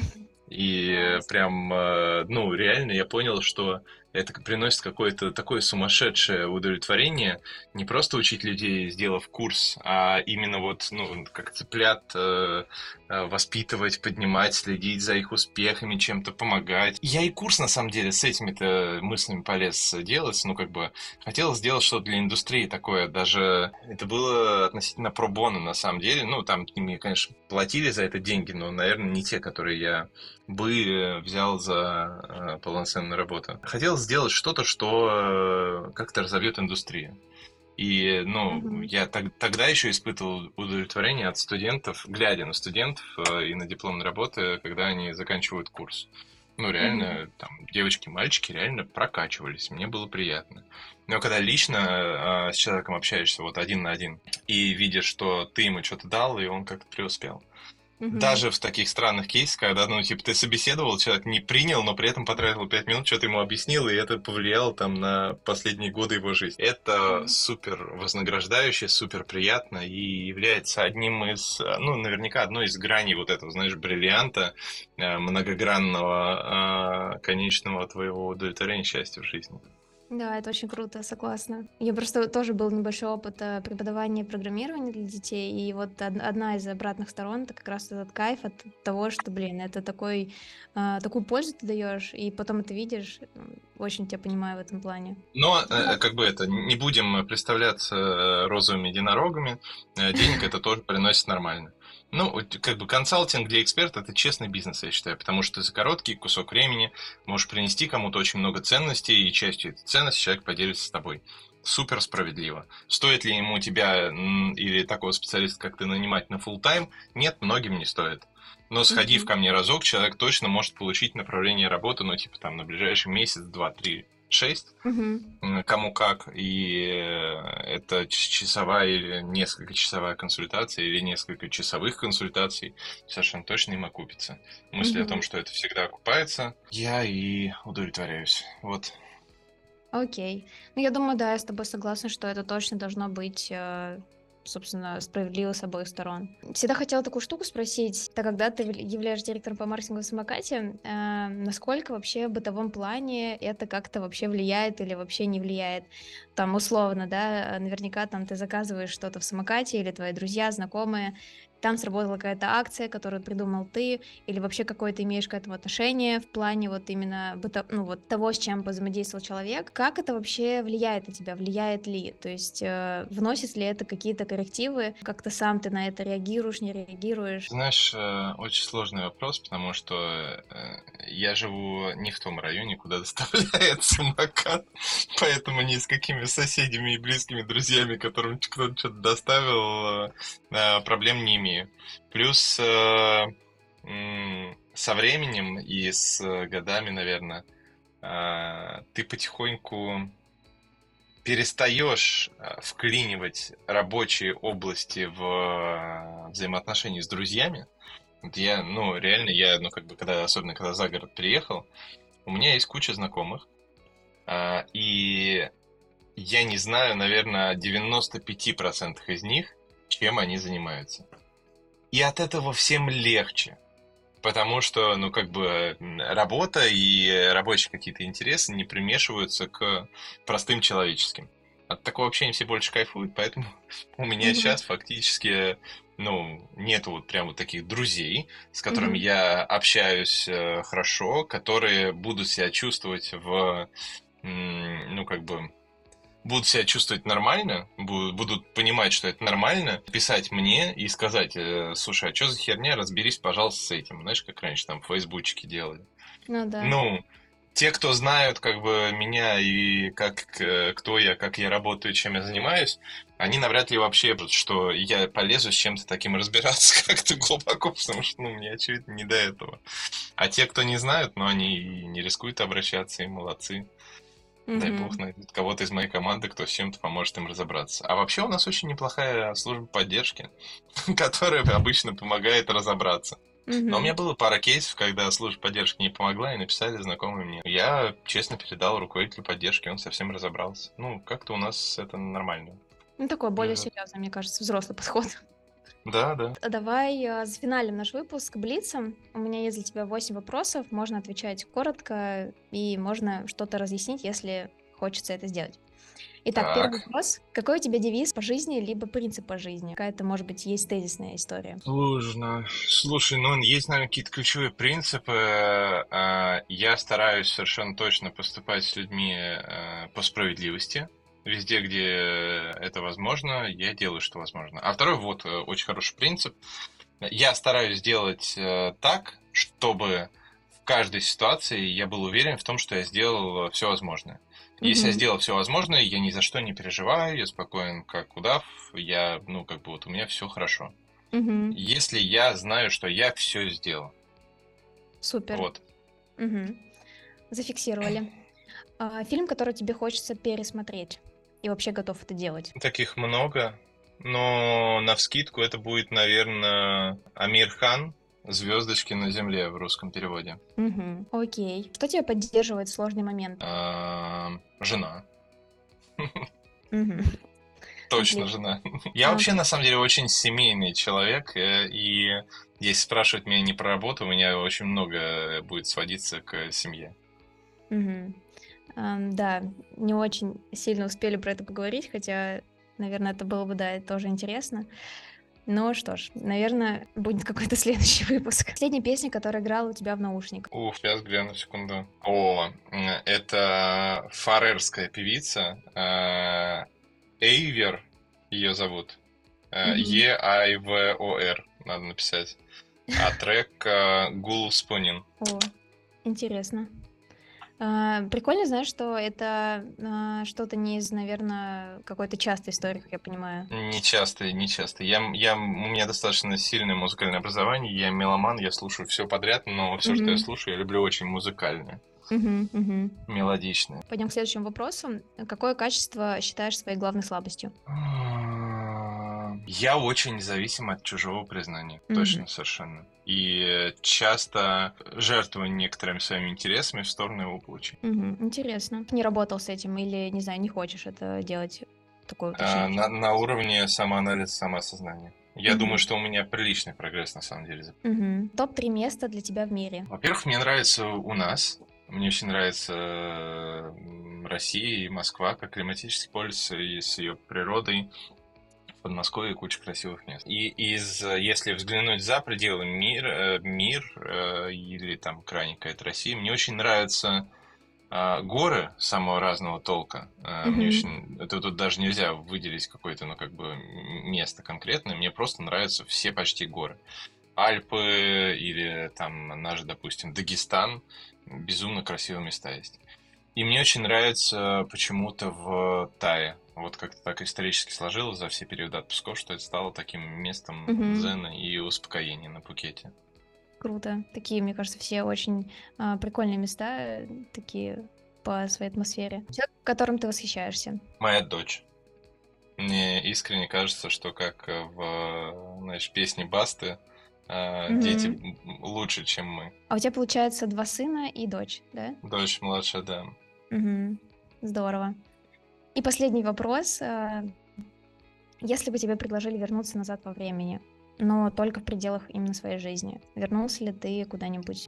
И э,
Класс.
прям, э, ну, реально я понял, что это к- приносит какое-то такое сумасшедшее удовлетворение. Не просто учить людей, сделав курс, а именно вот, ну, как цыплят э, э, воспитывать, поднимать, следить за их успехами, чем-то помогать. Я и курс, на самом деле, с этими-то мыслями полез делать. Ну, как бы, хотел сделать что-то для индустрии такое. Даже это было относительно пробона, на самом деле. Ну, там мне, конечно, платили за это деньги, но, наверное, не те, которые я бы э, взял за э, полноценную работу. Хотел сделать что-то, что э, как-то разовьет индустрию. И, ну,
Мгм.
я так- тогда еще испытывал удовлетворение от студентов, глядя на студентов э, и на дипломные работы, когда они заканчивают курс. Ну,
Мгм.
реально, там, девочки, мальчики реально прокачивались, мне было приятно. Но когда лично э, с человеком общаешься вот один на один и видишь, что ты ему что-то дал, и он как-то преуспел.
Мгм.
Даже в таких странных кейсах, когда, ну, типа, ты собеседовал, человек не принял, но при этом потратил пять минут, что-то ему объяснил, и это повлияло там на последние годы его жизни. Это
М.
супер вознаграждающе, супер приятно и является одним из, э, ну, наверняка одной из граней вот этого, знаешь, бриллианта, э, многогранного, э, конечного твоего удовлетворения, счастья в жизни.
Да, это очень круто, согласна. Я просто тоже был небольшой опыт э, преподавания программирования для детей, и вот од- одна из обратных сторон это как раз этот кайф от того, что, блин, это такой, а, такую пользу ты даешь, и потом это видишь. м, Очень тебя понимаю в этом плане.
Но, э, как бы это, не будем представляться э, розовыми единорогами, э, денег это тоже приносит нормально. Ну, вот как бы консалтинг для эксперта это честный бизнес, я считаю, потому что ты за короткий кусок времени можешь принести кому-то очень много ценностей, и частью этой ценности человек поделится с тобой. Супер справедливо. Стоит ли ему тебя м, или такого специалиста, как ты, нанимать на full тайм? Нет, многим не стоит. Но сходив
Мгм.
ко мне разок, человек точно может получить направление работы, ну, типа там на ближайший месяц, два, три, шесть,
Мгм.
м, кому как, и э, это ч- часовая или несколько часовая консультация, или несколько часовых консультаций совершенно точно им окупится. Мысль о том,
Мгм.
что это всегда окупается, я и удовлетворяюсь. Вот.
Окей. Ну, я думаю, да, я с тобой согласна, что это точно должно быть, э, собственно, справедливо с обоих сторон. Всегда хотела такую штуку спросить. Так, когда ты вл- являешься директором по маркетингу в самокате, э, насколько вообще в бытовом плане это как-то вообще влияет или вообще не влияет? Там, условно, да, э, наверняка там ты заказываешь что-то в самокате или твои друзья, знакомые, там сработала какая-то акция, которую придумал ты, или вообще какое ты имеешь к этому отношение в плане вот именно быто ну, вот того, с чем взаимодействовал человек? Как это вообще влияет на тебя? Влияет ли? То есть, э, вносит ли это какие-то коррективы? Как-то сам ты на это реагируешь, не реагируешь?
Знаешь, э, очень сложный вопрос, потому что э, я живу не в том районе, куда доставляет самокат, поэтому ни с какими соседями и близкими друзьями, которым кто-то что-то доставил, э, э, проблем не имею. Плюс э, м, со временем и с годами, наверное, ты потихоньку перестаешь э, вклинивать рабочие области в э, взаимоотношения с друзьями. Вот я, ну, реально, я, ну, как бы, когда, особенно когда за город приехал, у меня есть куча знакомых, а, и я не знаю, наверное, девяносто пять процентов из них, чем они занимаются. И от этого всем легче, потому что, ну, как бы, м, работа и рабочие какие-то интересы не примешиваются к простым человеческим. От такого общения все больше кайфуют, поэтому у меня
Мгм.
сейчас фактически, ну, нету вот прям вот таких друзей, с которыми
Мгм.
я общаюсь э, хорошо, которые будут себя чувствовать в, м, ну, как бы, будут себя чувствовать нормально, бу- будут понимать, что это нормально, писать мне и сказать, э, слушай, а что за херня, разберись, пожалуйста, с этим. Знаешь, как раньше там фейсбучики делали.
Ну да.
Ну, те, кто знают как бы меня и как, э, кто я, как я работаю, чем я занимаюсь, они навряд ли вообще, что я полезу с чем-то таким разбираться как-то глубоко, потому что, ну, мне, очевидно, не до этого. А те, кто не знают, ну, они и не рискуют обращаться, и молодцы. Дай бог
Мгм.
найдут кого-то из моей команды, кто с чем-то поможет им разобраться. А вообще у нас очень неплохая служба поддержки, которая обычно помогает разобраться. Но у
Мгм.
меня было пара кейсов, когда служба поддержки не помогла, и написали знакомые мне. Я честно передал руководителю поддержки, он совсем разобрался. Ну, как-то у нас это нормально
Ну, такой более
живет.
серьезный, мне кажется, взрослый подход.
Да, да.
А давай, а, зафиналим наш выпуск блицом. У меня есть для тебя восемь вопросов. Можно отвечать коротко, и можно что-то разъяснить, если хочется это сделать. Итак, первый
Так.
вопрос. Какой у тебя девиз по жизни, либо принцип по жизни? Какая-то, может быть, есть тезисная история.
Сложно. Слушай, ну есть, наверное, какие-то ключевые принципы. А, Я стараюсь совершенно точно поступать с людьми э, по справедливости. Везде, где это возможно, я делаю, что возможно. А второй, вот, э, очень хороший принцип. Я стараюсь сделать э, так, чтобы в каждой ситуации я был уверен в том, что я сделал все возможное. Если я
Мгм.
сделал все возможное, я ни за что не переживаю, я спокоен, как удав, я, ну, как бы вот у меня все хорошо.
Мгм.
Если я знаю, что я все сделал.
Супер.
Вот.
Мгм. Зафиксировали. А, фильм, который тебе хочется пересмотреть, и вообще готов это делать.
Таких много, но навскидку это будет, наверное, Амир Хан «Звездочки на земле» в русском переводе.
Мгм. Окей. Что тебя поддерживает в сложный момент?
А, Жена.
Мгм.
Точно
Отлично.
жена. Я
А,
вообще, на самом деле, очень семейный человек, э, и если спрашивать меня не про работу, у меня очень много будет сводиться к семье.
мгм. Ам, да, не очень сильно успели про это поговорить, хотя, наверное, это было бы, да, тоже интересно. Ну что ж, наверное, будет какой-то следующий выпуск. Последняя песня, которая играла у тебя в наушниках.
Ух, сейчас гляну, секунду. О, м, это фарерская певица. э, Эйвер ее зовут. Э,
Мгм.
Е I V O R надо написать. А трек э, Ghoul Spooning.
О, интересно. А, прикольно, знаешь, что это а, что-то не из, наверное, какой-то частой истории, как я понимаю.
Не часто, не часто. Я, м- я, м- у меня достаточно сильное музыкальное образование. Я меломан, я слушаю все подряд, но все, что я
Мгм.
слушаю, я люблю очень музыкальное,
Мгм. Мгм.
мелодичное.
Пойдем к следующему вопросу. Какое качество считаешь своей главной слабостью?
А, Я очень зависим от чужого признания,
Мгм.
точно совершенно. И часто жертвую некоторыми своими интересами в сторону его получения.
Мгм. Интересно. Не работал с этим или, не знаю, не хочешь это делать? Такое
А,
уточнение.
На, на уровне самоанализа, самоосознания. Я думаю,
Мгм.
что у меня приличный прогресс на самом деле.
Мгм. Топ три места для тебя в мире.
Во-первых, мне нравится у нас. Мне очень нравится м, Россия и Москва как климатический полюс и с ее природой. В Подмосковье куча красивых мест. И из, э, если взглянуть за пределы мира, э, мир э, или там крайне какая-то Россия, мне очень нравятся а, горы самого разного толка. А, Мне
Мгм.
очень... Это тут даже нельзя выделить какое-то, ну, как бы м- место конкретное. Мне просто нравятся все почти горы. Альпы или там наш, допустим, Дагестан. Безумно красивые места есть. И мне очень нравится почему-то в Тае. Вот как-то так исторически сложилось за все периоды отпусков, что это стало таким местом
Мгм.
дзена и успокоения на Пхукете.
Круто. Такие, мне кажется, все очень а, прикольные места, э, такие по своей атмосфере. Человек, которым ты восхищаешься.
Моя дочь. Мне искренне кажется, что как э, в, знаешь, песне Басты, э, дети
Мгм.
м, лучше, чем мы.
А у тебя, получается, два сына и дочь, да?
Дочь младшая, да.
Мгм. Здорово. И последний вопрос. а, Если бы тебе предложили вернуться назад во времени, но только в пределах именно своей жизни, вернулся ли ты куда-нибудь?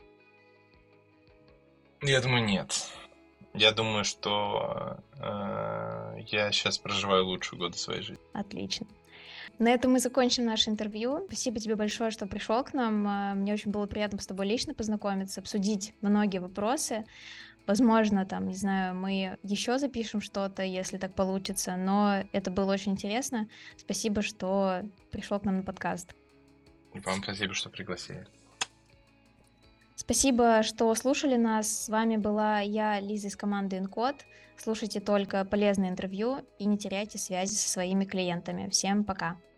Я думаю, нет. Я думаю, что э, я сейчас проживаю лучшие годы своей жизни.
Отлично. На этом мы закончим наше интервью. Спасибо тебе большое, что пришел к нам. А, Мне очень было приятно с тобой лично познакомиться, обсудить многие вопросы. Возможно, там, не знаю, мы еще запишем что-то, если так получится, но это было очень интересно. Спасибо, что пришел к нам на подкаст.
И вам спасибо, что пригласили.
Спасибо, что слушали нас. С вами была я, Лиза из команды Инкод. Слушайте только полезные интервью и не теряйте связи со своими клиентами. Всем пока.